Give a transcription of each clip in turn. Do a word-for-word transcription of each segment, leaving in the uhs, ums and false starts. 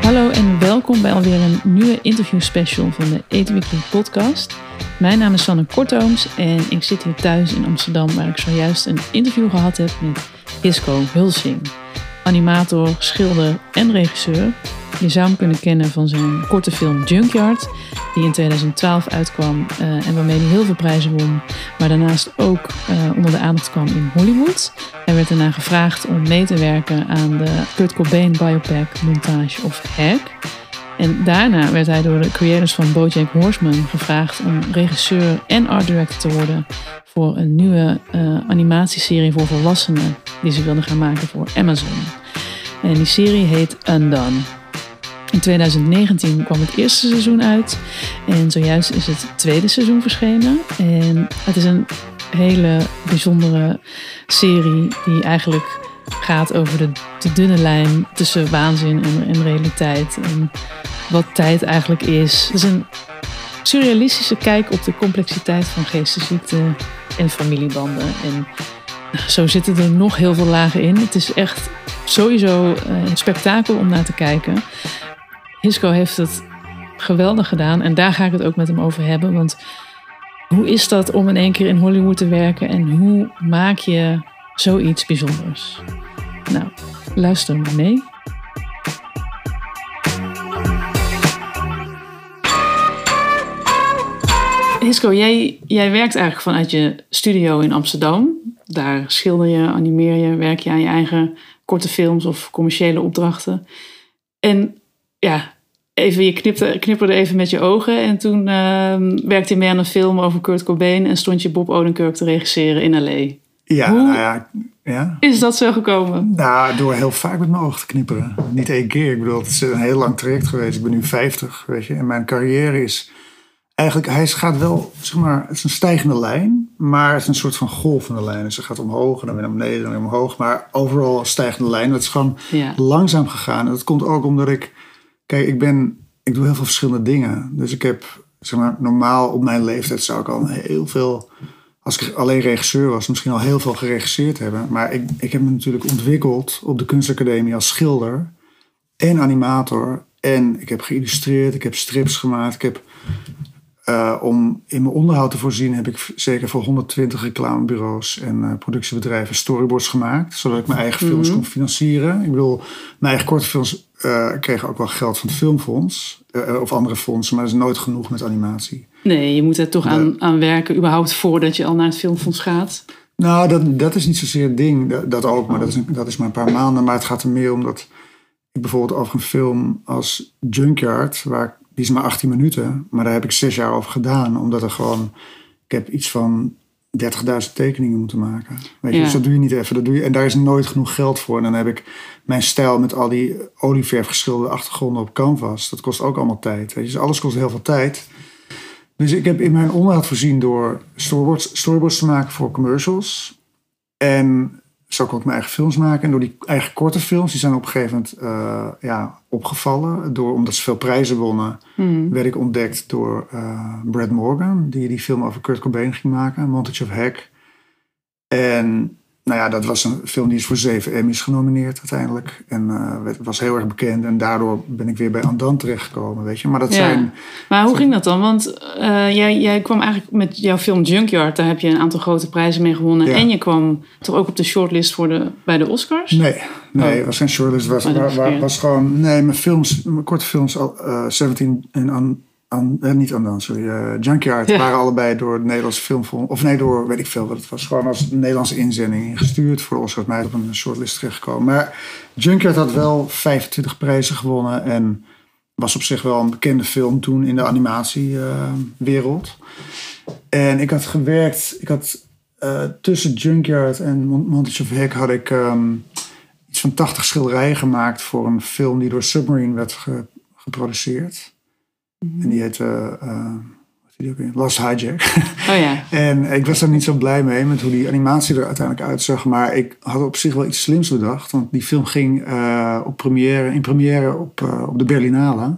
Hallo en welkom bij alweer een nieuwe interview special van de Eat Weekly podcast. Mijn naam is Sanne Kortooms en ik zit hier thuis in Amsterdam waar ik zojuist een interview gehad heb met Hisko Hulsing. Animator, schilder en regisseur. Je zou hem kunnen kennen van zijn korte film Junkyard, die in tweeduizend twaalf uitkwam uh, en waarmee hij heel veel prijzen won. Maar daarnaast ook uh, onder de aandacht kwam in Hollywood. Hij werd daarna gevraagd om mee te werken aan de Kurt Cobain biopic Montage of Hack. En daarna werd hij door de creators van BoJack Horseman gevraagd om regisseur en art director te worden voor een nieuwe uh, animatieserie voor volwassenen die ze wilden gaan maken voor Amazon. En die serie heet Undone. In tweeduizend negentien kwam het eerste seizoen uit en zojuist is het tweede seizoen verschenen. En het is een hele bijzondere serie die eigenlijk gaat over de, de dunne lijn tussen waanzin en, en realiteit. En wat tijd eigenlijk is. Het is een surrealistische kijk op de complexiteit van geestesziekte en familiebanden. En zo zitten er nog heel veel lagen in. Het is echt sowieso een spektakel om naar te kijken. Hisko heeft het geweldig gedaan en daar ga ik het ook met hem over hebben. Want hoe is dat om in één keer in Hollywood te werken en hoe maak je zoiets bijzonders? Nou, luister maar mee. Hisko, jij, jij werkt eigenlijk vanuit je studio in Amsterdam. Daar schilder je, animeer je, werk je aan je eigen korte films of commerciële opdrachten. En ja, even, je knipte, knipperde even met je ogen en toen uh, werkte je mee aan een film over Kurt Cobain en stond je Bob Odenkirk te regisseren in L A. Ja, Hoe nou ja, ja. is dat zo gekomen? Nou, door heel vaak met mijn ogen te knipperen. Niet één keer. Ik bedoel, het is een heel lang traject geweest. Ik ben nu vijftig, weet je. En mijn carrière is eigenlijk, hij gaat wel, zeg maar, het is een stijgende lijn. Maar het is een soort van golvende lijn. Dus het gaat omhoog en dan weer naar beneden en dan weer omhoog. Maar overal een stijgende lijn. Het is gewoon ja. langzaam gegaan. En dat komt ook omdat ik, kijk, ik ben, ik doe heel veel verschillende dingen. Dus ik heb, zeg maar, normaal op mijn leeftijd zou ik al heel veel, als ik alleen regisseur was, misschien al heel veel geregisseerd hebben. Maar ik, ik heb me natuurlijk ontwikkeld op de kunstacademie als schilder en animator. En ik heb geïllustreerd, ik heb strips gemaakt. Ik heb, uh, om in mijn onderhoud te voorzien, heb ik zeker voor honderdtwintig reclamebureaus en uh, productiebedrijven storyboards gemaakt. Zodat ik mijn eigen films mm-hmm. kon financieren. Ik bedoel, mijn eigen korte films uh, kregen ook wel geld van het filmfonds. Uh, of andere fondsen, maar dat is nooit genoeg met animatie. Nee, je moet er toch aan, aan werken, überhaupt voordat je al naar het filmfonds gaat. Nou, dat, dat is niet zozeer het ding. Dat, dat ook, maar dat is, dat is maar een paar maanden. Maar het gaat er meer om dat ik bijvoorbeeld over een film als Junkyard, waar ik, die is maar achttien minuten, maar daar heb ik zes jaar over gedaan. Omdat er gewoon, ik heb iets van dertigduizend tekeningen moeten maken. Weet je, ja. Dus dat doe je niet even. Dat doe je, en daar is nooit genoeg geld voor. En dan heb ik mijn stijl met al die olieverf geschilderde achtergronden op canvas. Dat kost ook allemaal tijd. Weet je, dus alles kost heel veel tijd. Dus ik heb in mijn onderhoud voorzien door storyboards, storyboards te maken voor commercials. En zo kon ik mijn eigen films maken. En door die eigen korte films, die zijn op een gegeven moment uh, ja, opgevallen. Door, omdat ze veel prijzen wonnen, mm. werd ik ontdekt door uh, Brad Morgan. Die die film over Kurt Cobain ging maken, Montage of Hack. En nou ja, dat was een film die is voor zeven Emmys genomineerd uiteindelijk. En uh, was heel erg bekend. En daardoor ben ik weer bij Undone terechtgekomen, weet je. Maar dat ja. zijn... Maar hoe ging dat dan? Want uh, jij, jij kwam eigenlijk met jouw film Junkyard. Daar heb je een aantal grote prijzen mee gewonnen. Ja. En je kwam toch ook op de shortlist voor de, bij de Oscars? Nee, nee, het oh. was geen shortlist. Het was, was, was, was gewoon... Nee, mijn films, mijn korte films, uh, zeventien en... Un, An, eh, niet Undone, sorry. Uh, Junkyard ja. waren allebei door het Nederlandse Filmfonds. Of nee, door weet ik veel wat het was. Gewoon als Nederlandse inzending ingestuurd voor de Oscars. Mij op een shortlist terechtgekomen. Maar Junkyard had wel vijfentwintig prijzen gewonnen. En was op zich wel een bekende film toen in de animatiewereld. Uh, en ik had gewerkt. Ik had uh, tussen Junkyard en Montage of Hack had ik um, iets van tachtig schilderijen gemaakt voor een film die door Submarine werd ge, geproduceerd. En die heette uh, wat die ook weer? Last Hijack. Oh ja. En ik was daar niet zo blij mee met hoe die animatie er uiteindelijk uitzag. Maar ik had op zich wel iets slims bedacht. Want die film ging uh, op première, in première op, uh, op de Berlinale.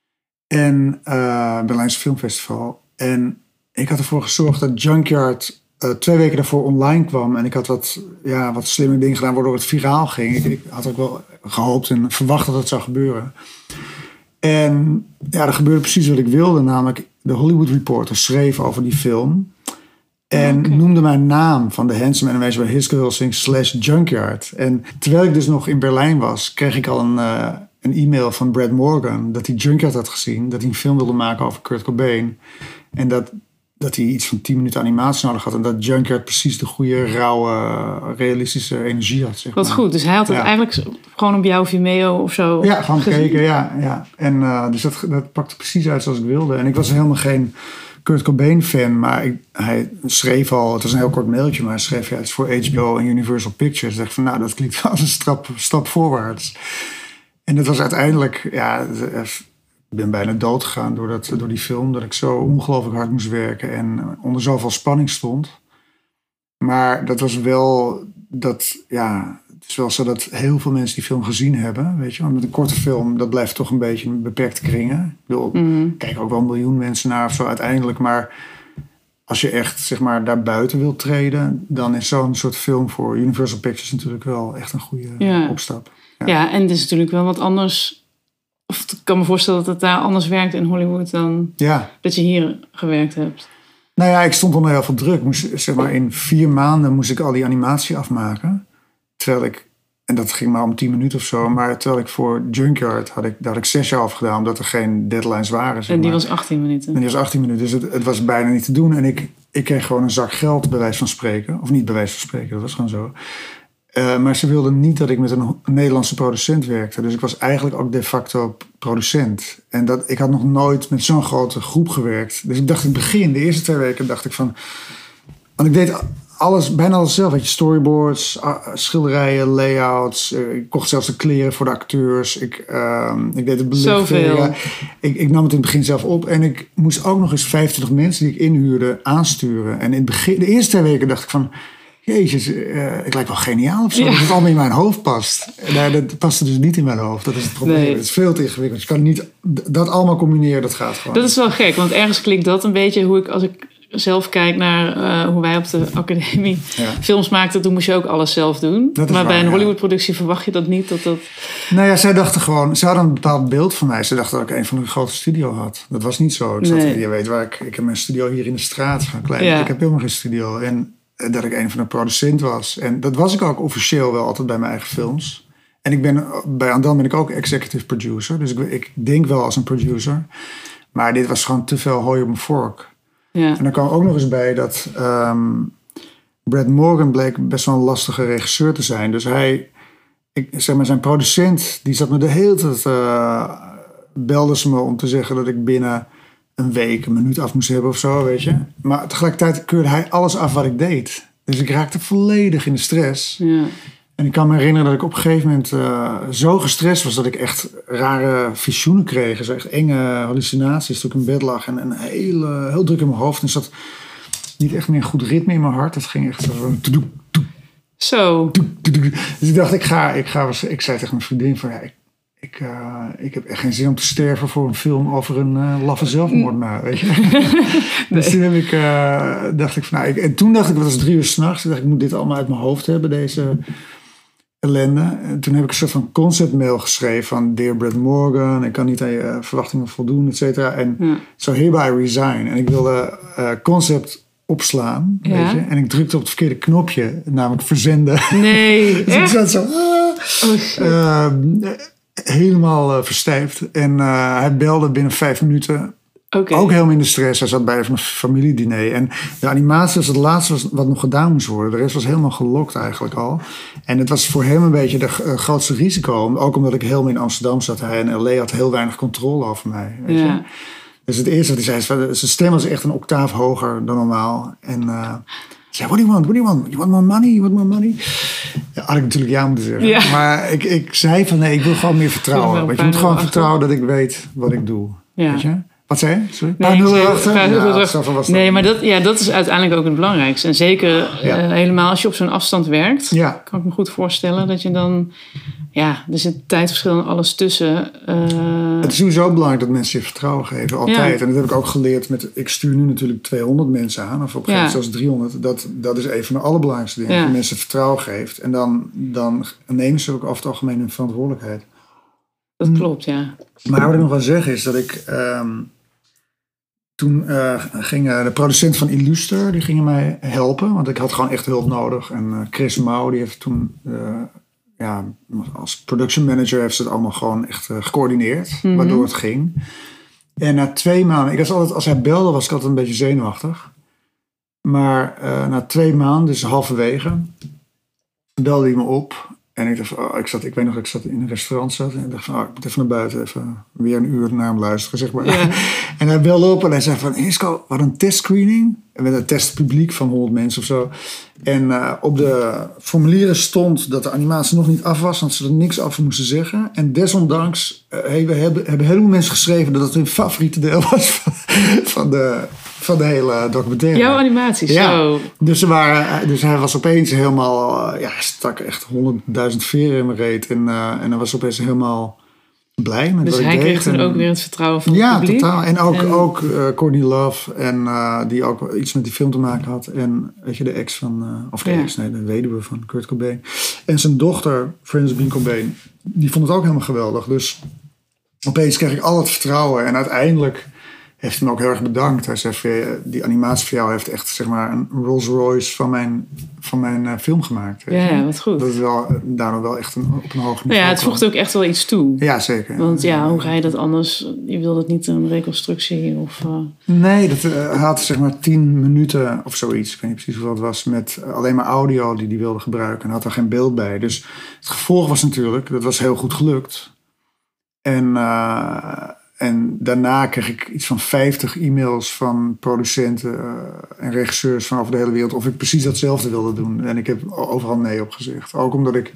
En uh, Berlijnse Filmfestival. En ik had ervoor gezorgd dat Junkyard uh, twee weken daarvoor online kwam. En ik had wat, ja, wat slimme dingen gedaan waardoor het viraal ging. Ik, ik had ook wel gehoopt en verwacht dat het zou gebeuren. En ja, er gebeurde precies wat ik wilde. Namelijk, de Hollywood Reporter schreef over die film. En okay. noemde mijn naam van The Handsome Man Invasion by Hisko Helsing slash Junkyard. En terwijl ik dus nog in Berlijn was, kreeg ik al een, uh, een e-mail van Brad Morgan dat hij Junkyard had gezien. Dat hij een film wilde maken over Kurt Cobain. En dat, dat hij iets van tien minuten animatie nodig had. En dat Junkyard precies de goede, rauwe, realistische energie had. Zeg maar. Wat goed. Dus hij had het ja. eigenlijk gewoon op jouw Vimeo of zo Ja, gewoon gekeken. Ja, ja. En uh, dus dat, dat pakte precies uit zoals ik wilde. En ik was helemaal geen Kurt Cobain fan, maar ik, hij schreef al, het was een heel kort mailtje, maar hij schreef ja, het is voor H B O en Universal Pictures. Ik dacht van nou, dat klinkt wel als een stap, stap voorwaarts. En dat was uiteindelijk, ja, ik ben bijna dood gegaan door, dat, door die film, dat ik zo ongelooflijk hard moest werken en onder zoveel spanning stond. Maar dat was wel, dat, ja, het is wel zo dat heel veel mensen die film gezien hebben, weet je. Want met een korte film, dat blijft toch een beetje een beperkte kringen. Ik bedoel, mm. kijken ook wel een miljoen mensen naar of zo uiteindelijk. Maar als je echt, zeg maar, daar buiten wilt treden, dan is zo'n soort film voor Universal Pictures natuurlijk wel echt een goede ja. opstap. Ja. ja, en het is natuurlijk wel wat anders. Of ik kan me voorstellen dat het daar anders werkt in Hollywood dan ja. dat je hier gewerkt hebt. Nou ja, ik stond onder heel veel druk. Moest, zeg maar, in vier maanden moest ik al die animatie afmaken. Terwijl ik, en dat ging maar om tien minuten of zo, maar terwijl ik voor Junkyard had ik, daar had ik zes jaar over gedaan, omdat er geen deadlines waren. Zeg en die maar. was achttien minuten. En die was achttien minuten, dus het, het was bijna niet te doen. En ik, ik kreeg gewoon een zak geld, bij wijze van spreken. Of niet bij wijze van spreken, dat was gewoon zo. Uh, maar ze wilden niet dat ik met een Nederlandse producent werkte. Dus ik was eigenlijk ook de facto producent. En dat, ik had nog nooit met zo'n grote groep gewerkt. Dus ik dacht in het begin, de eerste twee weken, dacht ik van, want ik deed alles, bijna alles zelf. Weet je, storyboards, schilderijen, layouts. Ik kocht zelfs de kleren voor de acteurs. Ik, uh, ik deed het belichten. Zoveel. Ja. Ik, ik nam het in het begin zelf op. En ik moest ook nog eens vijfentwintig mensen die ik inhuurde aansturen. En in het begin, de eerste twee weken dacht ik van, jezus, uh, ik lijk wel geniaal of zo. Ja. Dat het allemaal in mijn hoofd past. Nou, dat paste dus niet in mijn hoofd. Dat is het probleem. Nee. Het is veel te ingewikkeld. Je kan niet dat allemaal combineren. Dat gaat gewoon. Dat is wel gek. Want ergens klinkt dat een beetje hoe ik, als ik zelf kijk naar uh, hoe wij op de academie ja. films maakten, toen moest je ook alles zelf doen. Maar waar, bij een Hollywood-productie ja. verwacht je dat niet? Dat dat... Nou ja, zij dachten gewoon, ze hadden een bepaald beeld van mij. Ze dachten dat ik een van de grote studio had. Dat was niet zo. Ik zat, nee. Je weet waar ik, ik heb mijn studio hier in de straat van klein. Ja. Ik heb helemaal geen studio. En dat ik een van de producenten was. En dat was ik ook officieel wel altijd bij mijn eigen films. En ik ben, bij Andam ben ik ook executive producer. Dus ik, ik denk wel als een producer. Maar dit was gewoon te veel hooi op mijn vork. Ja. En dan kwam ook nog eens bij dat um, Brad Morgan bleek best wel een lastige regisseur te zijn. Dus hij, ik, zeg maar zijn producent, die zat me de hele tijd, uh, belde ze me om te zeggen dat ik binnen een week een minuut af moest hebben of zo, weet je. Maar tegelijkertijd keurde hij alles af wat ik deed. Dus ik raakte volledig in de stress. Ja. En ik kan me herinneren dat ik op een gegeven moment uh, zo gestrest was dat ik echt rare visioenen kreeg. Zo echt enge hallucinaties toen ik in bed lag. En, en heel, heel druk in mijn hoofd. En er zat niet echt meer een goed ritme in mijn hart. Dat ging echt zo. Zo. Dus ik dacht, ik ga, ik ga. Ik zei tegen mijn vriendin van ja, ik, ik, uh, ik heb echt geen zin om te sterven voor een film over een uh, laffe zelfmoordenaar. Weet je? Nee. Dus toen heb ik, uh, dacht ik van nou, ik, en toen dacht ik, het was drie uur s'nachts. Ik dacht, ik moet dit allemaal uit mijn hoofd hebben, deze ellende. En toen heb ik een soort van conceptmail geschreven van Dear Brad Morgan, ik kan niet aan je verwachtingen voldoen, et cetera. En ja. so hereby resign. En ik wilde uh, concept opslaan, ja. weet je. En ik drukte op het verkeerde knopje, namelijk verzenden. Nee, dus ik zat zo ah, oh, uh, helemaal uh, verstijfd. En uh, hij belde binnen vijf minuten. Okay. Ook helemaal in de stress. Hij zat bij een familiediner. En de animatie was het laatste wat nog gedaan moest worden. De rest was helemaal gelokt eigenlijk al. En het was voor hem een beetje de uh, grootste risico. Ook omdat ik helemaal in Amsterdam zat. Hij in L A had heel weinig controle over mij. Weet ja. je? Dus het eerste wat hij zei, zijn stem was echt een octaaf hoger dan normaal. En uh, zei, what do you want? What do you want? You want more money? You want more money? Ja, had ik natuurlijk ja moeten zeggen. Ja. Maar ik, ik zei van nee, ik wil gewoon meer vertrouwen. Want je moet gewoon vertrouwen dat ik weet wat ik doe. Ja. Weet je? Wat zei je? Sorry? Nee, paar nul zei, erachter? paar nul Ja, erachter. zoveel was nee dat. maar dat, ja, dat is uiteindelijk ook het belangrijkste. En zeker Ja. uh, helemaal als je op zo'n afstand werkt... Ja. kan ik me goed voorstellen dat je dan... Ja, er zit tijdverschil en alles tussen. Uh, Het is sowieso belangrijk dat mensen je vertrouwen geven. Altijd. Ja. En dat heb ik ook geleerd met... Ik stuur nu natuurlijk tweehonderd mensen aan. Of op een gegeven moment Ja. zelfs driehonderd. Dat, dat is een van de allerbelangrijkste dingen. Ja. Dat je mensen vertrouwen geeft. En dan, dan nemen ze ook over het algemeen hun verantwoordelijkheid. dat klopt, ja. Maar wat ik nog wil zeggen is dat ik... Um, toen uh, gingen de producent van Illuster... die gingen mij helpen. Want ik had gewoon echt hulp nodig. En uh, Chris Mouw, die heeft toen... Uh, ja, als production manager heeft ze het allemaal gewoon echt uh, gecoördineerd. Mm-hmm. Waardoor het ging. En na twee maanden... Ik was altijd, als hij belde was ik altijd een beetje zenuwachtig. Maar uh, na twee maanden, dus halverwege... belde hij me op. En ik dacht van, oh, ik, zat, ik weet nog dat ik zat in een restaurant zat. En ik dacht van, oh, ik moet even naar buiten. Even weer een uur naar hem luisteren, zeg maar. Ja. En hij belde op en hij zei van... Hisko, wat een testscreening. En met een testpubliek van honderd mensen of zo. En uh, op de formulieren stond dat de animatie nog niet af was. Want ze er niks over moesten zeggen. En desondanks uh, hebben, hebben, hebben heel veel mensen geschreven... dat het hun favoriete deel was van, van, de, van de hele documentaire. Jouw animatie, ja. zo. Dus, ze waren, dus hij was opeens helemaal... Uh, ja, hij stak echt honderdduizend veren in mijn reet. En, uh, en hij was opeens helemaal... blij met dus wat ik hij deed. kreeg toen en, ook weer het vertrouwen van ja, het publiek. Ja, totaal. En ook, en... ook uh, Courtney Love, en, uh, die ook iets met die film te maken had. En weet je, de ex van... Uh, of de ja. ex, nee, de weduwe van Kurt Cobain. En zijn dochter, Frances Bean Cobain, die vond het ook helemaal geweldig. Dus opeens kreeg ik al het vertrouwen. En uiteindelijk heeft hij me ook heel erg bedankt. Hij zei, die animatie voor jou heeft echt, zeg maar, een Rolls Royce van mijn, van mijn uh, film gemaakt. Ja, ja, wat goed. Dat is wel, daardoor wel echt een, op een hoog niveau. Nou ja, het voegt ook echt wel iets toe. Ja, zeker. Want ja, hoe ga je dat anders? Je wil dat niet een reconstructie of... Uh... Nee, dat uh, had zeg maar tien minuten of zoiets. Ik weet niet precies hoeveel het was. Met alleen maar audio die hij wilde gebruiken. En had er geen beeld bij. Dus het gevolg was natuurlijk, dat was heel goed gelukt. En... Uh, En daarna kreeg ik iets van vijftig e-mails van producenten uh, en regisseurs van over de hele wereld of ik precies datzelfde wilde doen. En ik heb overal nee op gezegd. Ook omdat ik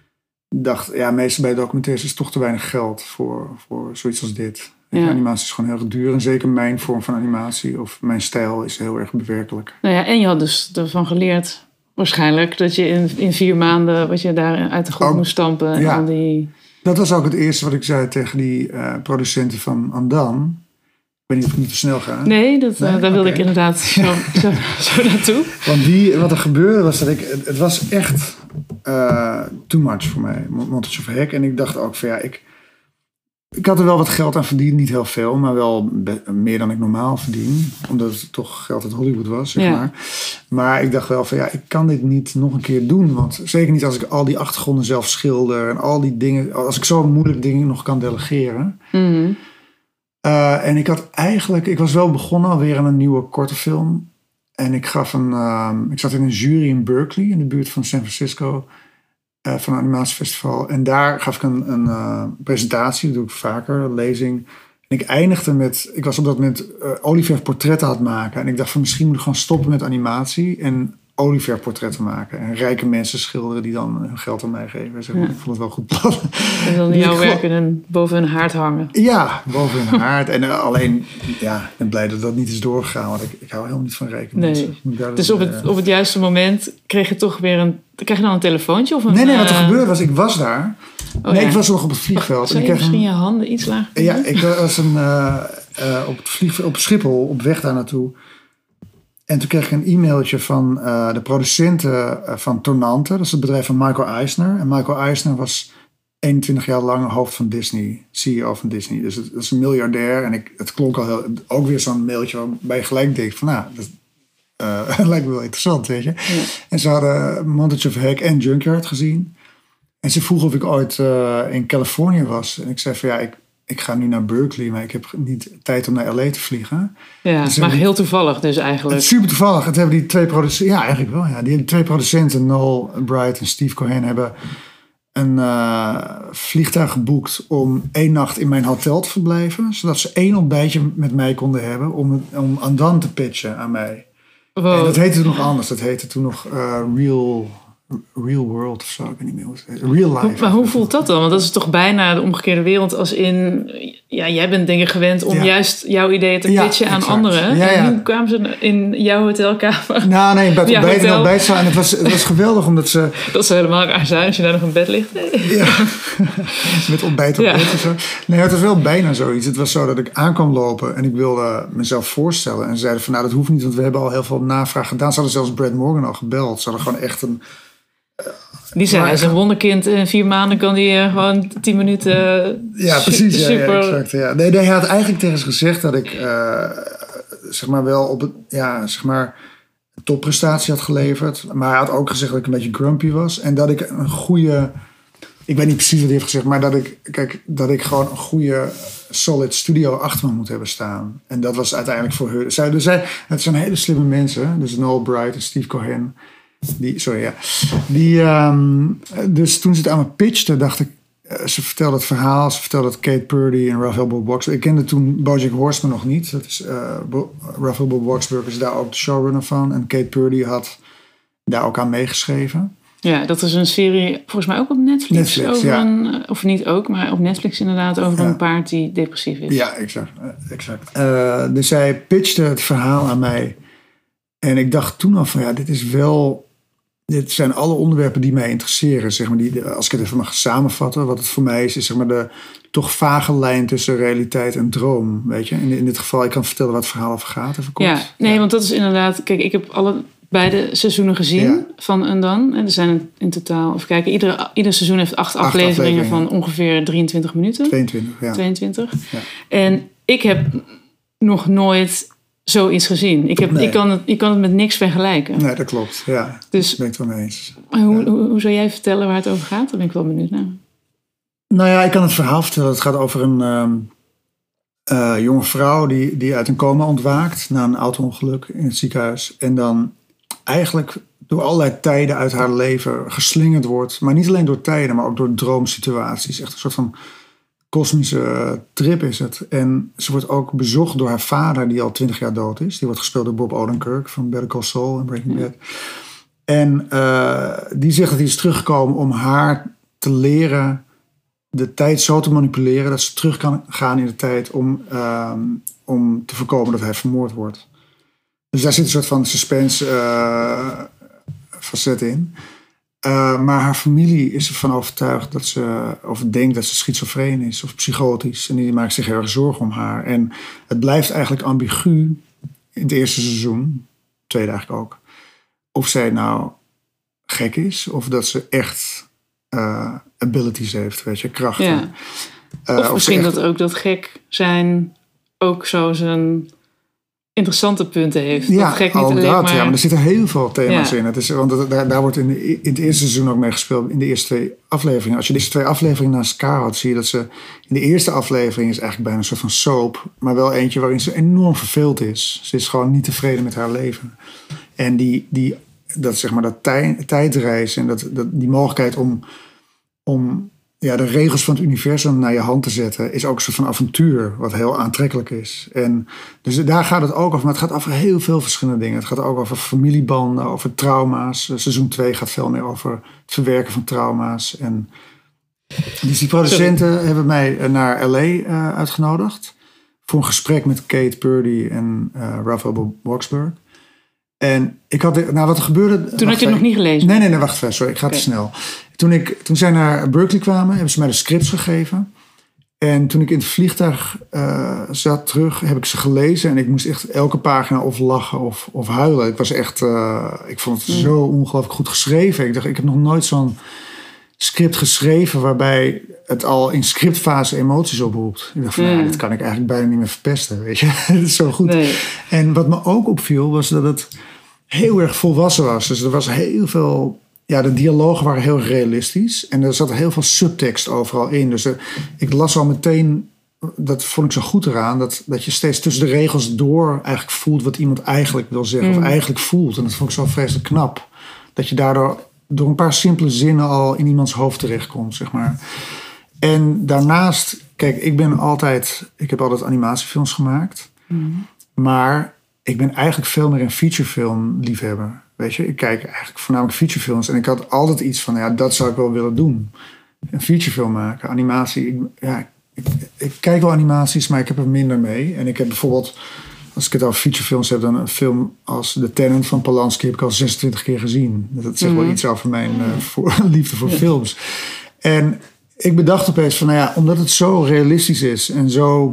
dacht, ja, meestal bij documentaires is toch te weinig geld voor, voor zoiets als dit. Ja. Animatie is gewoon heel duur. En zeker mijn vorm van animatie of mijn stijl is heel erg bewerkelijk. Nou ja, en je had dus ervan geleerd waarschijnlijk dat je in, in vier maanden wat je daar uit de grond ook, moest stampen. En ja. al die... Dat was ook het eerste wat ik zei tegen die uh, producenten van Andam. Ik weet niet of ik niet te snel ga. Nee, dat, nee? Uh, daar wilde okay. ik inderdaad zo, zo, zo naartoe. Want die, wat er gebeurde was dat ik... Het, het was echt uh, too much voor mij. Montage of Heck. En ik dacht ook van ja, ik... Ik had er wel wat geld aan verdiend. Niet heel veel, maar wel be- meer dan ik normaal verdien. Omdat het toch geld uit Hollywood was, zeg ja. maar. Maar ik dacht wel van ja, ik kan dit niet nog een keer doen. Want zeker niet als ik al die achtergronden zelf schilder. En al die dingen, als ik zo moeilijk dingen nog kan delegeren. Mm-hmm. Uh, en ik had eigenlijk, ik was wel begonnen alweer aan een nieuwe korte film. En ik gaf een, uh, ik zat in een jury in Berkeley, in de buurt van San Francisco. Uh, van een animatiefestival. En daar gaf ik een, een uh, presentatie, dat doe ik vaker, een lezing. En ik eindigde met, ik was op dat moment uh, Olivier portretten aan het maken. En ik dacht van misschien moet ik gewoon stoppen met animatie en Olivier portretten maken. En rijke mensen schilderen die dan hun geld aan mij geven. Zeg maar. Ja. Ik vond het wel goed plan. En dan jouw werk in boven hun haard hangen. Ja, boven hun haard. En uh, alleen, ja, ik ben blij dat dat niet is doorgegaan. Want ik, ik hou helemaal niet van rijke nee. mensen. Dus op het, op het juiste moment kreeg je toch weer een... Krijg je dan een telefoontje? Of een, nee, nee, wat er uh... gebeurde was, ik was daar. Oh, nee, ja. ik was nog op het vliegveld. Zou je en ik misschien een, je handen iets lager? Ja, ik was een, uh, uh, op, het vlieg, op Schiphol op weg daar naartoe. En toen kreeg ik een e-mailtje van uh, de producenten uh, van Tonante. Dat is het bedrijf van Michael Eisner. En Michael Eisner was eenentwintig jaar lang hoofd van Disney. C E O van Disney. Dus het, het is een miljardair. En ik, het klonk al heel, ook weer zo'n mailtje waarbij je gelijk denkt van nou, dat uh, lijkt me wel interessant, weet je. Ja. En ze hadden Montage of Heck en Junkyard gezien. En ze vroegen of ik ooit uh, in Californië was. En ik zei van ja, ik, ik ga nu naar Berkeley, maar ik heb niet tijd om naar L A te vliegen. Ja, dus maar die, heel toevallig dus eigenlijk. Super toevallig. Het hebben die twee producenten, ja eigenlijk wel. Ja. Die twee producenten, Noel Bright en Steve Cohen, hebben een uh, vliegtuig geboekt om één nacht in mijn hotel te verblijven. Zodat ze één ontbijtje met mij konden hebben om, om Andam te pitchen aan mij. Wow. En dat heette toen nog anders. Dat heette toen nog uh, Real... Real World of zo, ik weet niet meer hoe het heet. Real Life. Maar hoe voelt dat dan? Want dat is toch bijna de omgekeerde wereld als in... ja, jij bent denk ik gewend om ja. juist jouw ideeën te pitchen ja, aan exact. anderen. Ja, en ja. nu kwamen ze in jouw hotelkamer. Nou nee, bij het ontbijt en ontbijt en het was, het was geweldig omdat ze... Dat zou helemaal raar zijn als je daar nog in bed ligt. Nee. Ja, met ontbijt op ja. bed en zo. Nee, het was wel bijna zoiets. Het was zo dat ik aan kwam lopen en ik wilde mezelf voorstellen. En ze zeiden van nou, dat hoeft niet, want we hebben al heel veel navraag gedaan. Ze hadden zelfs Brad Morgan al gebeld. Ze hadden gewoon echt een... Die zei, hij is een wonderkind. In vier maanden kan hij uh, gewoon tien minuten... Uh, ja, precies. Su- super... Ja, ja, exact, ja. Nee, nee, hij had eigenlijk tegen ze gezegd dat ik... Uh, zeg maar wel op het... Ja, zeg maar... Een topprestatie had geleverd. Maar hij had ook gezegd dat ik een beetje grumpy was. En dat ik een goede... Ik weet niet precies wat hij heeft gezegd. Maar dat ik... Kijk, dat ik gewoon een goede... solid studio achter me moet hebben staan. En dat was uiteindelijk voor hun... Zij, dus zij, het zijn hele slimme mensen. Dus Noel Bright en Steve Cohen... Die, sorry, ja. Die, um, dus toen ze het aan me pitchte, dacht ik... Uh, ze vertelde het verhaal, ze vertelde het Kate Purdy en Raphael Bob Waksberg. Ik kende toen BoJack Horseman nog niet. Dat is, uh, Bo- Raphael Bob Waksberg is daar ook de showrunner van. En Kate Purdy had daar ook aan meegeschreven. Ja, dat is een serie, volgens mij ook op Netflix. Netflix over ja. een, of niet ook, maar op Netflix inderdaad over ja. een paard die depressief is. Ja, exact. exact. Uh, dus zij pitchte het verhaal aan mij. En ik dacht toen al van ja, dit is wel... Dit zijn alle onderwerpen die mij interesseren. Zeg maar, die, als ik het even mag samenvatten. Wat het voor mij is, is zeg maar de toch vage lijn tussen realiteit en droom. Weet je? In, in dit geval, ik kan vertellen wat het verhaal over gaat. Even kort. Ja, nee, ja. want dat is inderdaad... Kijk, ik heb alle beide seizoenen gezien ja. van Undone. En er zijn in totaal... Even kijken, ieder, ieder seizoen heeft acht, acht afleveringen, afleveringen van ongeveer drieëntwintig minuten. tweeëntwintig, ja. tweeëntwintig. Ja. En ik heb nog nooit... zoiets gezien. Ik, heb, nee. ik, kan het, ik kan het met niks vergelijken. Nee, dat klopt. Ja, dus, dat ben ik het wel mee eens. Hoe, ja. hoe, hoe zou jij vertellen waar het over gaat? Daar ben ik wel benieuwd naar. Nou ja, ik kan het verhaal vertellen. Het gaat over een um, uh, jonge vrouw die, die uit een coma ontwaakt na een auto-ongeluk in het ziekenhuis. En dan eigenlijk door allerlei tijden uit haar leven geslingerd wordt. Maar niet alleen door tijden, maar ook door droomsituaties. Echt een soort van kosmische trip is het. En ze wordt ook bezocht door haar vader, die al twintig jaar dood is. Die wordt gespeeld door Bob Odenkirk van Better Call Saul en Breaking Bad. Ja. En uh, die zegt dat hij is teruggekomen om haar te leren de tijd zo te manipuleren dat ze terug kan gaan in de tijd om, uh, om te voorkomen dat hij vermoord wordt. Dus daar zit een soort van suspense uh, facet in. Uh, maar haar familie is ervan overtuigd dat ze, of denkt dat ze schizofreen is of psychotisch. En die maakt zich heel erg zorgen om haar. En het blijft eigenlijk ambigu in het eerste seizoen, tweede eigenlijk ook, of zij nou gek is of dat ze echt uh, abilities heeft, weet je, krachten. Ja. Uh, of, of misschien echt... dat ook dat gek zijn ook zo zijn interessante punten heeft. Ja, dat gek niet ook alleen dat. Maar... Ja, maar er zitten heel veel thema's ja. in. Het is, want het, daar, daar wordt in, de, in het eerste seizoen ook mee gespeeld. In de eerste twee afleveringen. Als je deze twee afleveringen naast elkaar houdt, zie je dat ze in de eerste aflevering is eigenlijk bijna een soort van soap. Maar wel eentje waarin ze enorm verveeld is. Ze is gewoon niet tevreden met haar leven. En die, die dat zeg maar dat tij, tijdreis en dat, dat, die mogelijkheid om, om ja, de regels van het universum naar je hand te zetten, is ook een soort van avontuur, wat heel aantrekkelijk is. En dus daar gaat het ook over, maar het gaat over heel veel verschillende dingen. Het gaat ook over familiebanden, over trauma's. Seizoen twee gaat veel meer over het verwerken van trauma's. En dus die producenten Sorry. hebben mij naar L A uh, uitgenodigd voor een gesprek met Kate Purdy en uh, Raphael Waksberg. En ik had, nou wat er gebeurde... Toen had je het nog niet gelezen? Nee, nee, nee, wacht even, sorry, ik ga okay. te snel. Toen, ik, toen zij naar Berkeley kwamen, hebben ze mij de scripts gegeven. En toen ik in het vliegtuig uh, zat terug, heb ik ze gelezen. En ik moest echt elke pagina of lachen of, of huilen. Ik was echt, uh, ik vond het mm. zo ongelooflijk goed geschreven. Ik dacht, ik heb nog nooit zo'n script geschreven waarbij het al in scriptfase emoties oproept. Ik dacht van, mm. nou, dit kan ik eigenlijk bijna niet meer verpesten, weet je. Het is zo goed. Nee. En wat me ook opviel, was dat het heel erg volwassen was. Dus er was heel veel... Ja, de dialogen waren heel realistisch. En er zat heel veel subtekst overal in. Dus er, ik las al meteen... Dat vond ik zo goed eraan. Dat, dat je steeds tussen de regels door eigenlijk voelt wat iemand eigenlijk wil zeggen. Mm. Of eigenlijk voelt. En dat vond ik zo vreselijk knap. Dat je daardoor door een paar simpele zinnen al in iemands hoofd terechtkomt, zeg maar. En daarnaast... Kijk, ik ben altijd... Ik heb altijd animatiefilms gemaakt. Mm. Maar ik ben eigenlijk veel meer een featurefilm liefhebber. Weet je, ik kijk eigenlijk voornamelijk featurefilms. En ik had altijd iets van, ja, dat zou ik wel willen doen. Een featurefilm maken, animatie. Ik, ja, ik, ik kijk wel animaties, maar ik heb er minder mee. En ik heb bijvoorbeeld, als ik het over featurefilms heb, dan een film als The Tenant van Polanski heb ik al zesentwintig keer gezien. Dat zegt mm-hmm. wel iets over mijn uh, voor, liefde voor ja. films. En ik bedacht opeens van, nou ja, omdat het zo realistisch is en zo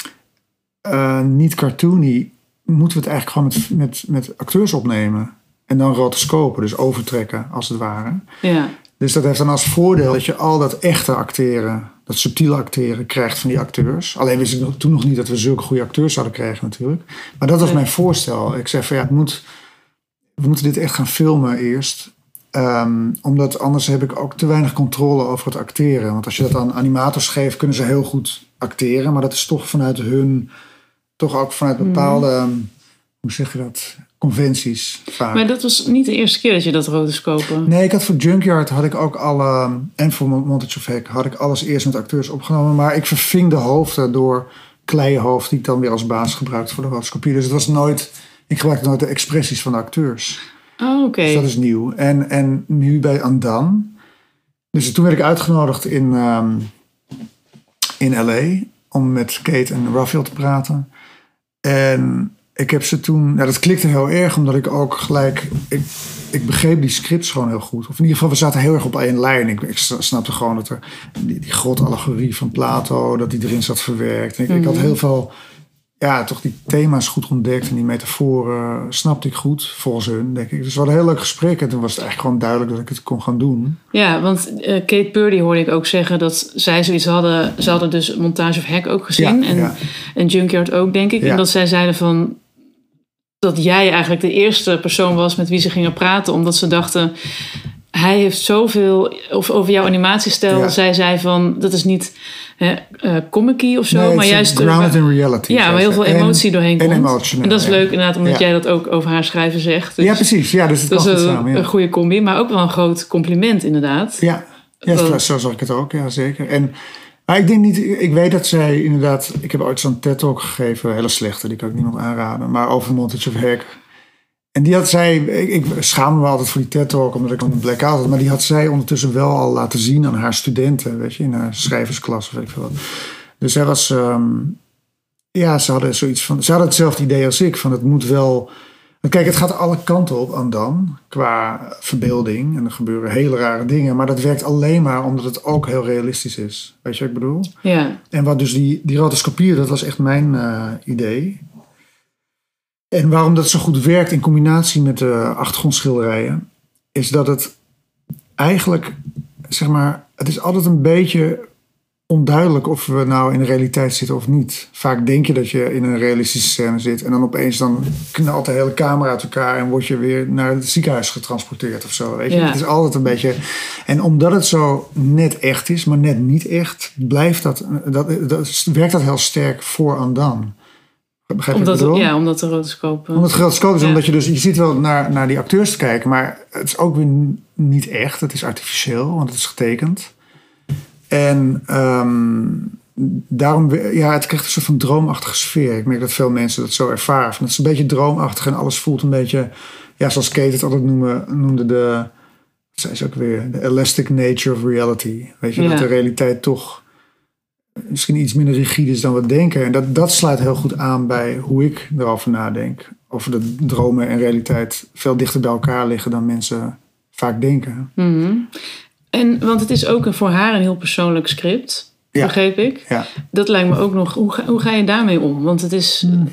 uh, niet cartoony, moeten we het eigenlijk gewoon met, met, met acteurs opnemen. En dan rotoscopen, dus overtrekken als het ware. Ja. Dus dat heeft dan als voordeel dat je al dat echte acteren, dat subtiele acteren krijgt van die acteurs. Alleen wist ik toen nog niet dat we zulke goede acteurs zouden krijgen natuurlijk. Maar dat was ja. mijn voorstel. Ik zei van ja, het moet, we moeten dit echt gaan filmen eerst. Um, omdat anders heb ik ook te weinig controle over het acteren. Want als je dat aan animators geeft, kunnen ze heel goed acteren. Maar dat is toch vanuit hun, toch ook vanuit bepaalde, mm. hoe zeg je dat, conventies vaak. Maar dat was niet de eerste keer dat je dat rotoscopen? Nee, ik had voor Junkyard had ik ook alle, en voor Montage of Heck had ik alles eerst met acteurs opgenomen. Maar ik verving de hoofden door kleienhoofd die ik dan weer als basis gebruikte voor de rotoscopie. Dus het was nooit, ik gebruikte nooit de expressies van de acteurs. Oh, oké. Okay. Dus dat is nieuw. En, en nu bij Andan. Dus toen werd ik uitgenodigd in, um, in L A om met Kate en Raphael te praten. En ik heb ze toen, nou dat klikte heel erg, omdat ik ook gelijk, ik, ik begreep die scripts gewoon heel goed. Of in ieder geval, we zaten heel erg op één lijn. Ik, ik snapte gewoon dat er die, die grote allegorie van Plato, dat die erin zat verwerkt. En ik, mm-hmm. ik had heel veel, ja, toch die thema's goed ontdekt en die metaforen snapte ik goed, volgens hun, denk ik. Dus we hadden een heel leuk gesprek en toen was het eigenlijk gewoon duidelijk dat ik het kon gaan doen. Ja, want uh, Kate Purdy hoorde ik ook zeggen dat zij zoiets hadden, ze hadden dus Montage of Heck ook gezien ja, en, ja. en Junkyard ook, denk ik. Ja. En dat zij zeiden van, dat jij eigenlijk de eerste persoon was met wie ze gingen praten, omdat ze dachten, hij heeft zoveel, of over jouw animatiestijl, ja. zij zei van, dat is niet hè, uh, comic-y of zo, nee, maar juist grounded in reality. Ja, waar heel veel emotie en, doorheen en komt. En dat is ja. leuk inderdaad, omdat ja. jij dat ook over haar schrijven zegt. Dus ja, precies. Ja, dus het dat is een, samen, ja. een goede combi, maar ook wel een groot compliment inderdaad. Ja, ja zo, zo zag ik het ook, ja zeker. En maar ik denk niet, ik weet dat zij inderdaad, ik heb ooit zo'n TED-talk gegeven, een hele slechte, die kan ik niemand aanraden, maar over Montage of Heck. En die had zij, ik, ik schaamde me altijd voor die TED-talk, omdat ik een blackout had, maar die had zij ondertussen wel al laten zien aan haar studenten, weet je, in haar schrijversklas of weet ik veel wat. Dus zij was, um, ja, ze hadden zoiets van, ze hadden hetzelfde idee als ik, van het moet wel, kijk, het gaat alle kanten op aan dan, qua verbeelding. En er gebeuren hele rare dingen. Maar dat werkt alleen maar omdat het ook heel realistisch is. Weet je wat ik bedoel? Ja. En wat dus die, die rotoscopie, dat was echt mijn uh, idee. En waarom dat zo goed werkt in combinatie met de achtergrondschilderijen, is dat het eigenlijk, zeg maar, het is altijd een beetje onduidelijk of we nou in de realiteit zitten of niet. Vaak denk je dat je in een realistische scène zit en dan opeens dan knalt de hele camera uit elkaar en word je weer naar het ziekenhuis getransporteerd of zo. Weet je? Ja. Het is altijd een beetje. En omdat het zo net echt is, maar net niet echt, blijft dat, dat, dat werkt dat heel sterk voor Andan. Begrijp omdat, je wat ik bedoel? Ja, omdat de rotoscopen. Omdat het rotoscoop is, ja. omdat je dus, je zit wel naar, naar die acteurs te kijken, maar het is ook weer niet echt. Het is artificieel, want het is getekend. En um, daarom, ja, het krijgt een soort van droomachtige sfeer. Ik merk dat veel mensen dat zo ervaren. Het is een beetje droomachtig en alles voelt een beetje, ja, zoals Kate het altijd noemde, noemde de, wat zei ze ook weer, de elastic nature of reality. Weet je, ja. dat de realiteit toch misschien iets minder rigide is dan we denken. En dat, dat sluit heel goed aan bij hoe ik erover nadenk. Over de dromen en realiteit veel dichter bij elkaar liggen dan mensen vaak denken. Mm-hmm. En, want het is ook een, voor haar een heel persoonlijk script, ja. begreep ik. Ja. Dat lijkt me ook nog, hoe ga, hoe ga je daarmee om? Want het is... Hmm.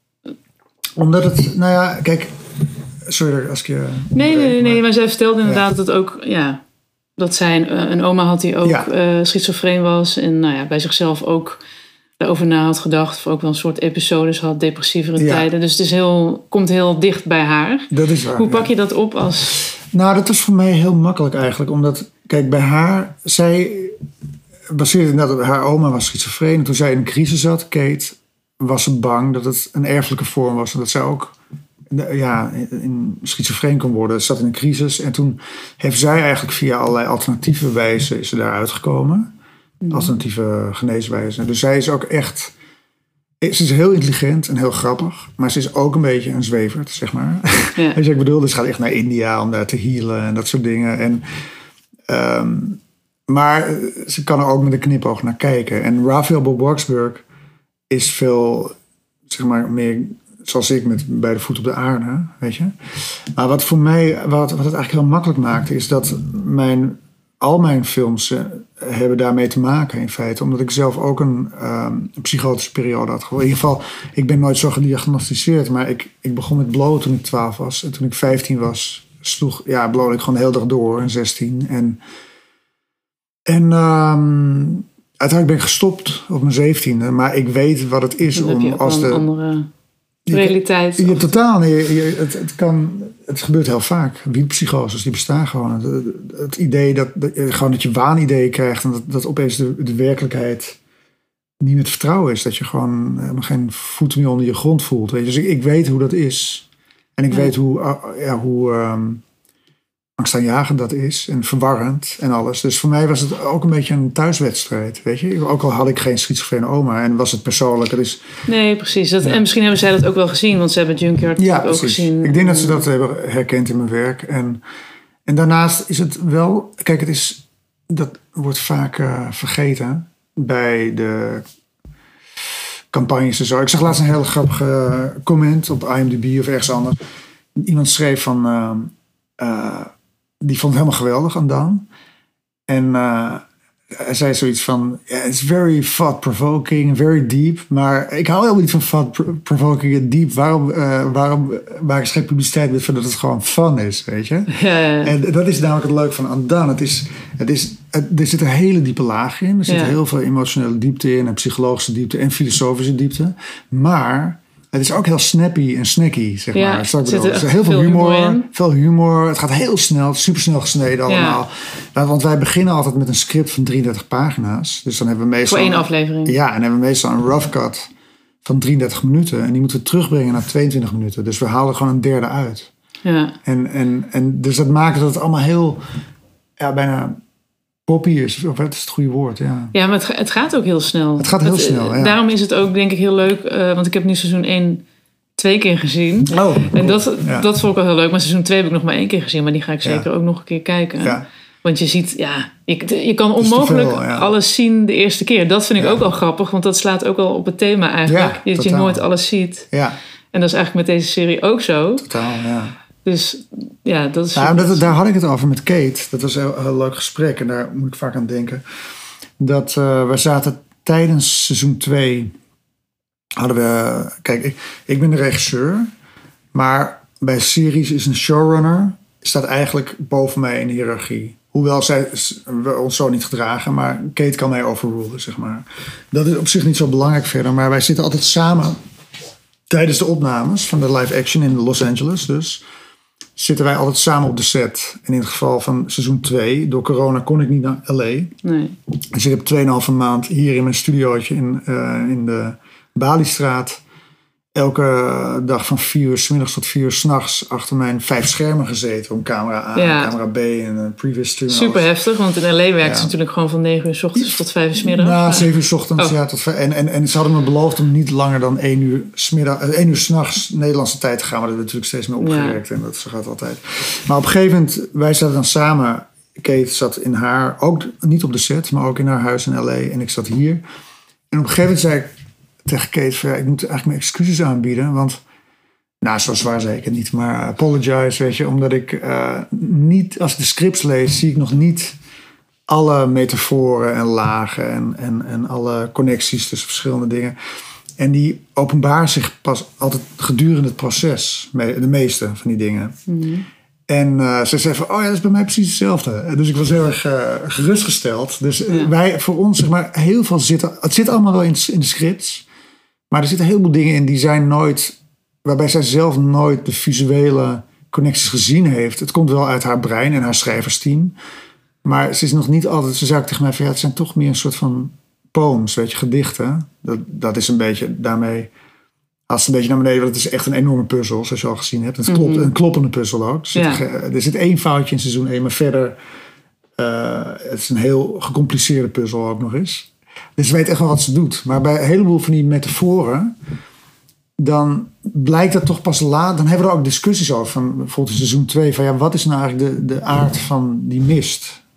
Omdat het, nou ja, kijk, sorry als ik je... Nee, nee, nee, nee, maar zij vertelde inderdaad ja. dat het ook, ja, dat zij een, een oma had die ook ja. uh, schizofreen was. En nou ja, bij zichzelf ook daarover na had gedacht. Of ook wel een soort episodes had, depressievere ja. tijden. Dus het is heel, komt heel dicht bij haar. Dat is waar. Hoe pak ja. je dat op als... Nou, dat was voor mij heel makkelijk eigenlijk. Omdat, kijk, bij haar, zij baseerde inderdaad op haar oma was schizofreen. En toen zij in een crisis zat, Kate, was ze bang dat het een erfelijke vorm was. En dat zij ook ja, in schizofreen kon worden. Ze zat in een crisis. En toen heeft zij eigenlijk via allerlei alternatieve wijzen is ze daar uitgekomen. Mm. Alternatieve geneeswijzen. Dus zij is ook echt... Ze is heel intelligent en heel grappig. Maar ze is ook een beetje een zwevert, zeg maar. Ja. Dus ik bedoel, dus ze gaat echt naar India om daar te healen en dat soort dingen. En, um, maar ze kan er ook met een knipoog naar kijken. En Raphael Bob Waksberg is veel, zeg maar, meer zoals ik met bij de voet op de aarde, weet je. Maar wat voor mij, wat, wat het eigenlijk heel makkelijk maakte, is dat mijn, al mijn films uh, hebben daarmee te maken in feite. Omdat ik zelf ook een, um, een psychotische periode had gehad. In ieder geval, ik ben nooit zo gediagnosticeerd, maar ik, ik begon met blowen toen ik twaalf was. En toen ik vijftien was, sloeg, ja, blowde ik gewoon de hele dag door en zestien. En, en um, uiteindelijk ben ik gestopt op mijn zeventiende. Maar ik weet wat het is dan om heb je als een de andere realiteit. Je, je, totaal. Nee, je, je, het, het, kan, het gebeurt heel vaak. Wietpsychoses, die bestaan gewoon. Het, het idee dat, dat, gewoon dat je waanideeën krijgt en dat, dat opeens de, de werkelijkheid niet meer te vertrouwen is. Dat je gewoon helemaal geen voet meer onder je grond voelt. Weet je? Dus ik, ik weet hoe dat is. En ik ja. weet hoe, uh, ja, hoe um, angstaanjagend dat is. En verwarrend en alles. Dus voor mij was het ook een beetje een thuiswedstrijd. Weet je? Ook al had ik geen schizofrene oma. En was het persoonlijk. Het is, nee, precies. Dat, ja. En misschien hebben zij dat ook wel gezien. Want ze hebben Junkyard ja, ook gezien. Ik denk dat ze dat hebben herkend in mijn werk. En, en daarnaast is het wel... Kijk, het is... Dat wordt vaak uh, vergeten bij de campagnes en zo. Ik zag laatst een hele grappige comment op I M D B of ergens anders. Iemand schreef van... Uh, uh, die vond het helemaal geweldig aan Dan. En uh, hij zei zoiets van... Yeah, it's very thought-provoking, very deep. Maar ik hou helemaal niet van thought-provoking en deep. Waarom, uh, waarom maken ze geen publiciteit met van dat het gewoon fun is, weet je? Ja, ja. En dat is namelijk het leuke van Andan. Het is, het is, het, er zit een hele diepe laag in. Er zit ja. heel veel emotionele diepte in. En psychologische diepte en filosofische diepte. Maar... Het is ook heel snappy en snacky, zeg ja, maar. Er zit er er heel veel humor, humor in. Veel humor. Het gaat heel snel, supersnel gesneden allemaal. Ja. Want wij beginnen altijd met een script van drieëndertig pagina's. Dus dan hebben we meestal... Voor één aflevering. Ja, en hebben we meestal een rough cut van drieëndertig minuten. En die moeten we terugbrengen naar tweeëntwintig minuten. Dus we halen gewoon een derde uit. Ja. En, en, en dus dat maakt dat het allemaal heel... Ja, bijna... poppy is, of wat is het goede woord? Ja, ja maar het, het gaat ook heel snel. Het gaat heel het, snel, ja. Daarom is het ook, denk ik, heel leuk. Uh, want ik heb nu seizoen één twee keer gezien. Oh, en dat, ja. dat vond ik wel heel leuk. Maar seizoen twee heb ik nog maar één keer gezien. Maar die ga ik zeker ja. ook nog een keer kijken. Ja. Want je ziet, ja, je, je kan onmogelijk veel, ja. alles zien de eerste keer. Dat vind ik ja. ook wel grappig. Want dat slaat ook al op het thema eigenlijk. Ja, dat je nooit alles ziet. Ja. En dat is eigenlijk met deze serie ook zo. Totaal, ja. Dus ja, dat is... Ja, dat, daar had ik het over met Kate. Dat was een heel, heel leuk gesprek. En daar moet ik vaak aan denken. Dat uh, we zaten tijdens seizoen twee... hadden we... Kijk, ik, ik ben de regisseur. Maar bij series is een showrunner... staat eigenlijk boven mij in de hiërarchie. Hoewel zij we ons zo niet gedragen. Maar Kate kan mij overrulen, zeg maar. Dat is op zich niet zo belangrijk verder. Maar wij zitten altijd samen... tijdens de opnames van de live action in Los Angeles dus... zitten wij altijd samen op de set. En in het geval van seizoen twee... door corona kon ik niet naar L A. Nee. Dus ik heb tweeënhalve maand hier in mijn studiootje... in, uh, in de Baliestraat... elke dag van vier uur 's middags tot vier uur 's nachts... achter mijn vijf schermen gezeten... om camera A, ja. camera B en een previous stream. Super alles. Heftig, want in L A werkt ja. ze natuurlijk gewoon van negen uur 's ochtends tot vijf uur 's middags. Na zeven uur 's ochtends, oh. ja. Tot vijf, en, en, en ze hadden me beloofd om niet langer dan één uur 's middag, één uur 's nachts Nederlandse tijd te gaan. Maar dat hebben we natuurlijk steeds meer opgewerkt. Ja. En dat gaat altijd. Maar op een gegeven moment, wij zaten dan samen. Kate zat in haar, ook niet op de set, maar ook in haar huis in L A. En ik zat hier. En op een gegeven moment zei ik tegen Kate van, ja, ik moet eigenlijk mijn excuses aanbieden. Want, nou, zo zwaar zei ik het niet. Maar apologize, weet je. Omdat ik uh, niet, als ik de scripts lees, zie ik nog niet alle metaforen en lagen. En, en, en alle connecties tussen verschillende dingen. En die openbaar zich pas altijd gedurende het proces. De meeste van die dingen. Mm-hmm. En uh, ze zei van, oh ja, dat is bij mij precies hetzelfde. Dus ik was heel erg uh, gerustgesteld. Dus ja. wij, voor ons, zeg maar, heel veel zitten... Het zit allemaal wel in, in de scripts. Maar er zitten heel veel dingen in die zijn nooit... waarbij zij zelf nooit de visuele connecties gezien heeft. Het komt wel uit haar brein en haar schrijversteam. Maar ze is nog niet altijd... Ze zei ook tegen mij van, ja, het zijn toch meer een soort van poems, weet je, gedichten. Dat, dat is een beetje daarmee... Als een beetje naar beneden, want het is echt een enorme puzzel, zoals je al gezien hebt. Het klopt, mm-hmm. Een kloppende puzzel ook. Er zit, ja. er zit één foutje in seizoen één, maar verder... Uh, het is een heel gecompliceerde puzzel ook nog eens. Dus ze weet echt wel wat ze doet. Maar bij een heleboel van die metaforen... dan blijkt dat toch pas laat... dan hebben we er ook discussies over. Van bijvoorbeeld in seizoen twee... van ja, wat is nou eigenlijk de, de aard van die mist?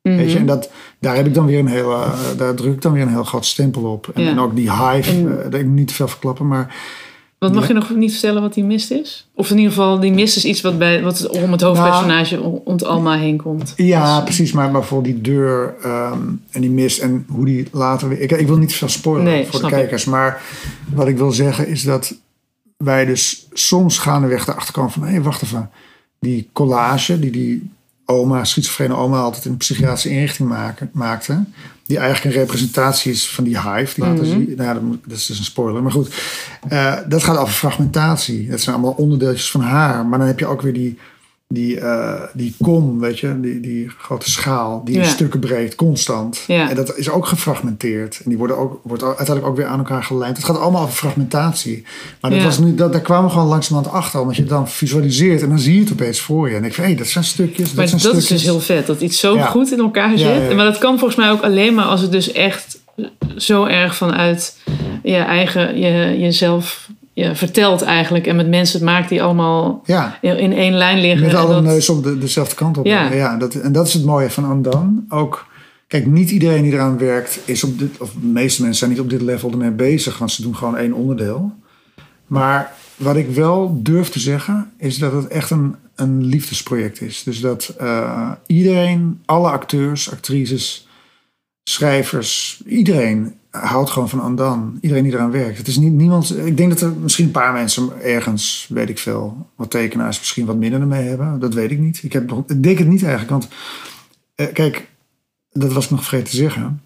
Mm-hmm. Weet je? En dat, daar heb ik dan weer een hele, uh, daar druk ik dan weer een heel groot stempel op. En, ja. en ook die hive, en, uh, dat ik niet te veel verklappen, maar... Wat mag ja. je nog niet vertellen wat die mist is? Of in ieder geval, die mist is iets wat, bij, wat om het hoofdpersonage nou, rond Alma heen komt. Ja, dus, precies. Maar bijvoorbeeld die deur um, en die mist en hoe die later weer... Ik, ik wil niet te veel spoilen nee, voor de kijkers. Ik. Maar wat ik wil zeggen is dat wij dus soms gaandeweg erachter komen van... Hé, hey, wacht even. Die collage die die oma, schizofrene oma... altijd in een psychiatrische inrichting maken, maakte... die eigenlijk een representatie is van die hive. Die laten mm-hmm. zien. Nou, dat, moet, dat is dus een spoiler. Maar goed, uh, dat gaat over fragmentatie. Dat zijn allemaal onderdeeltjes van haar. Maar dan heb je ook weer die, die, uh, die kom, weet je. Die, die grote schaal die ja. in stukken breekt, constant. Ja. En dat is ook gefragmenteerd. En die worden ook, wordt uiteindelijk ook weer aan elkaar gelijmd. Het gaat allemaal over fragmentatie. Maar dat ja. was nu, dat, daar kwamen we gewoon langzamerhand achter. Omdat je het dan visualiseert en dan zie je het opeens voor je. En ik vind, hé, hey, dat zijn stukjes. Maar dat, zijn dat stukjes. is dus heel vet. Dat iets zo ja. goed in elkaar zit. Ja, ja, ja. Maar dat kan volgens mij ook alleen maar als het dus echt zo erg vanuit je eigen, je, jezelf... je vertelt eigenlijk en met mensen het maakt die allemaal ja. in één lijn liggen. Met alle dat... neus op de, dezelfde kant op. Ja. Ja, dat, en dat is het mooie van Undone. Ook, kijk, niet iedereen die eraan werkt is op dit, of de meeste mensen zijn niet op dit level ermee bezig, want ze doen gewoon één onderdeel. Maar wat ik wel durf te zeggen is dat het echt een, een liefdesproject is. Dus dat uh, iedereen, alle acteurs, actrices, schrijvers, iedereen houdt gewoon van Undone. Iedereen die eraan werkt. Het is niet niemand. Ik denk dat er misschien een paar mensen ergens, weet ik veel, wat tekenaars misschien wat minder ermee hebben. Dat weet ik niet. Ik, heb nog, ik denk het niet eigenlijk. Want eh, kijk, dat was ik nog vergeten te zeggen.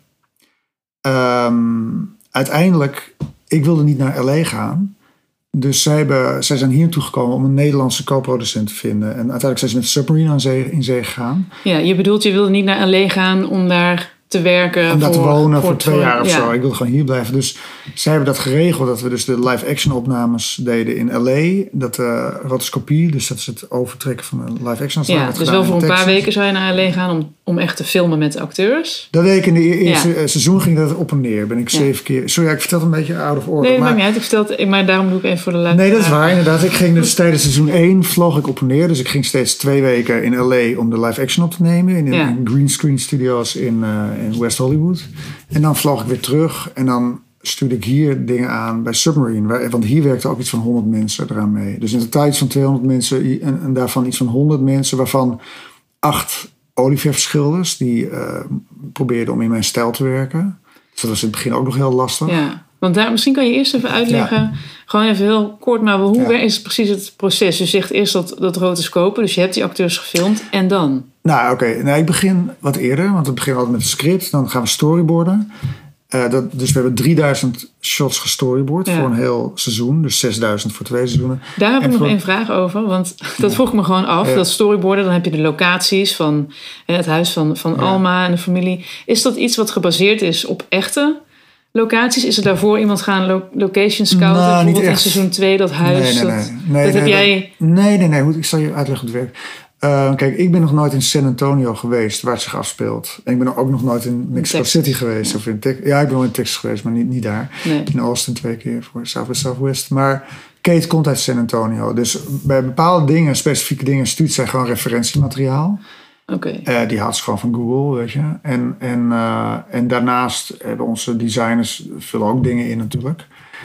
Um, uiteindelijk, ik wilde niet naar L A gaan. Dus zij, hebben, zij zijn hier naartoe gekomen om een Nederlandse co-producent te vinden. En uiteindelijk zijn ze met Submarine aan zee, in zee gegaan. Ja, je bedoelt, je wilde niet naar L A gaan om daar te werken. Om daar voor, te wonen voor, voor twee voor, jaar of ja. zo. Ik wilde gewoon hier blijven. Dus zij hebben dat geregeld. Dat we dus de live-action opnames deden in L A. Dat uh, rotoscopie, dus dat is het overtrekken van de live-action. Ja, dus wel voor een paar weken zou je naar L A gaan om, om echt te filmen met de acteurs. Dat week in de eerste ja. seizoen ging dat op en neer. Ben ik ja. zeven keer... Sorry, ik vertel het een beetje out of order. Nee, dat maar, maakt niet uit. Ik vertel het, maar daarom doe ik even voor de luisteraar. Nee, dat is waar. Inderdaad. Ik ging dus tijdens seizoen één vlog ik op en neer. Dus ik ging steeds twee weken in L A om de live-action op te nemen. In, ja. in Green Screen Studios in, uh, in West Hollywood. En dan vloog ik weer terug. En dan stuurde ik hier dingen aan bij Submarine. Want hier werkten ook iets van honderd mensen eraan mee. Dus in totaal iets van tweehonderd mensen. En, en daarvan iets van honderd mensen. Waarvan acht olieverfschilders. Die uh, probeerden om in mijn stijl te werken. Dus dat was in het begin ook nog heel lastig. Ja, want daar, misschien kan je eerst even uitleggen. Ja. Gewoon even heel kort. Maar hoe ja. is precies het proces? Je zegt eerst dat, dat rotoscopen. Dus je hebt die acteurs gefilmd. En dan? Nou, oké. Okay. Nou, ik begin wat eerder. Want we beginnen altijd met een script. Dan gaan we storyboarden. Uh, dat, dus we hebben drieduizend shots gestoryboard ja. voor een heel seizoen. Dus zesduizend voor twee seizoenen. Daar heb en ik voor... nog één vraag over. Want dat ja. vroeg ik me gewoon af. Ja. Dat storyboarden, dan heb je de locaties van het huis van, van ja. Alma en de familie. Is dat iets wat gebaseerd is op echte locaties? Is er daarvoor iemand gaan lo- location scouten? Nou, bijvoorbeeld in seizoen twee, dat huis? Nee, nee, nee. Dat, nee, dat nee, heb nee, jij... Nee, nee, nee. Ik zal je uitleggen hoe het werkt. Uh, kijk, ik ben nog nooit in San Antonio geweest, waar het zich afspeelt. En ik ben ook nog nooit in Mexico City geweest. Of in Te- ja, ik ben wel in Texas geweest, maar niet, niet daar. Nee. In Austin twee keer voor Southwest Southwest. Maar Kate komt uit San Antonio. Dus bij bepaalde dingen, specifieke dingen, stuurt zij gewoon referentiemateriaal. Okay. Uh, die haalt ze gewoon van Google, weet je. En, en, uh, en daarnaast hebben onze designers vullen ook dingen in natuurlijk.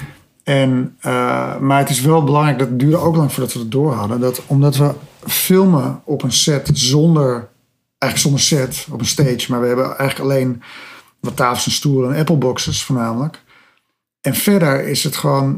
En, uh, maar het is wel belangrijk, dat duurde ook lang voordat we het door hadden. Dat omdat we filmen op een set zonder, eigenlijk zonder set, op een stage. Maar we hebben eigenlijk alleen wat tafels en stoelen en Appleboxes voornamelijk. En verder is het gewoon,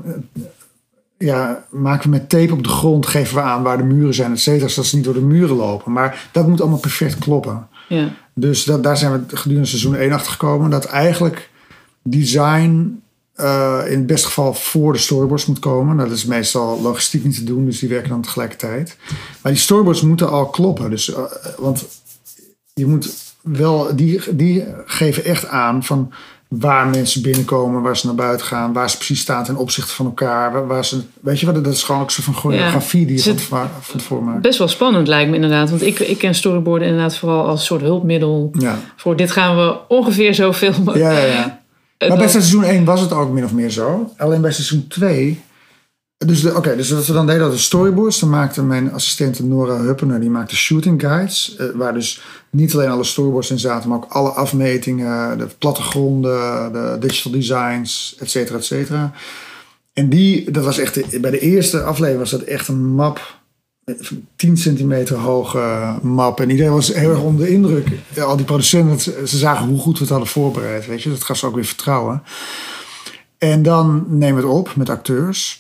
ja, maken we met tape op de grond, geven we aan waar de muren zijn, et cetera. Zodat ze niet door de muren lopen. Maar dat moet allemaal perfect kloppen. Ja. Dus dat, daar zijn we gedurende seizoen één achter gekomen. Dat eigenlijk design Uh, in het beste geval voor de storyboards moet komen. Dat is meestal logistiek niet te doen, dus die werken dan tegelijkertijd. Maar die storyboards moeten al kloppen. Dus, uh, want je moet wel, die, die geven echt aan van waar mensen binnenkomen, waar ze naar buiten gaan, waar ze precies staan ten opzichte van elkaar. Waar, waar ze, weet je wat, dat is gewoon ook zo van choreografie ja. die je van, van tevoren maakt. Best wel spannend lijkt me inderdaad. Want ik, ik ken storyboarden inderdaad vooral als soort hulpmiddel. Ja. Voor dit gaan we ongeveer zo filmen. Ja, ja, ja. Maar bij seizoen één was het ook min of meer zo. Alleen bij seizoen twee Dus, oké, okay, dus wat we dan deden, dat de storyboards. Dan maakte mijn assistente Nora Huppener, die maakte shooting guides. Uh, waar dus niet alleen alle storyboards in zaten, maar ook alle afmetingen, de plattegronden, de digital designs, et cetera, et cetera. En die, dat was echt, bij de eerste aflevering was dat echt een map, tien centimeter hoge map. En iedereen was heel erg onder de indruk. Ja, al die producenten, ze zagen hoe goed we het hadden voorbereid. Weet je, dat gaf ze ook weer vertrouwen. En dan nemen we het op met acteurs.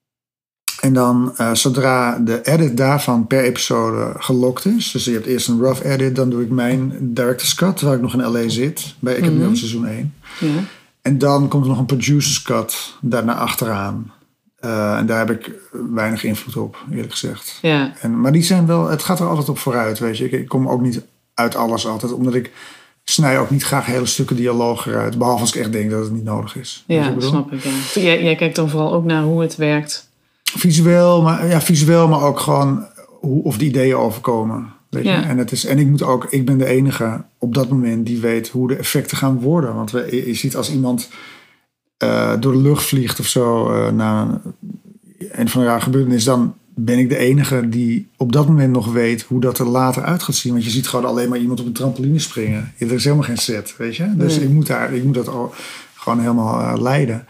En dan, uh, zodra de edit daarvan per episode gelokt is, dus je hebt eerst een rough edit, dan doe ik mijn director's cut, waar ik nog in L A zit. Bij, ik heb mm-hmm. nu op seizoen één. Ja. En dan komt er nog een producer's cut daarna achteraan. Uh, en daar heb ik weinig invloed op, eerlijk gezegd. Ja. En, maar die zijn wel, het gaat er altijd op vooruit, weet je. Ik, ik kom ook niet uit alles altijd, omdat ik snij ook niet graag hele stukken dialoog eruit, behalve als ik echt denk dat het niet nodig is. Ja, dat snap ik. Ja. Jij, jij kijkt dan vooral ook naar hoe het werkt. Visueel, maar, ja, visueel, maar ook gewoon hoe, of de ideeën overkomen. Weet je? Ja. En, het is, en ik moet ook, ik ben de enige op dat moment die weet hoe de effecten gaan worden. Want we, je ziet als iemand uh, door de lucht vliegt of zo uh, naar een van de rare gebeurtenis, dan ben ik de enige die op dat moment nog weet hoe dat er later uit gaat zien. Want je ziet gewoon alleen maar iemand op een trampoline springen. Er is helemaal geen set, weet je. Dus nee. ik, moet daar, ik moet dat al gewoon helemaal uh, leiden.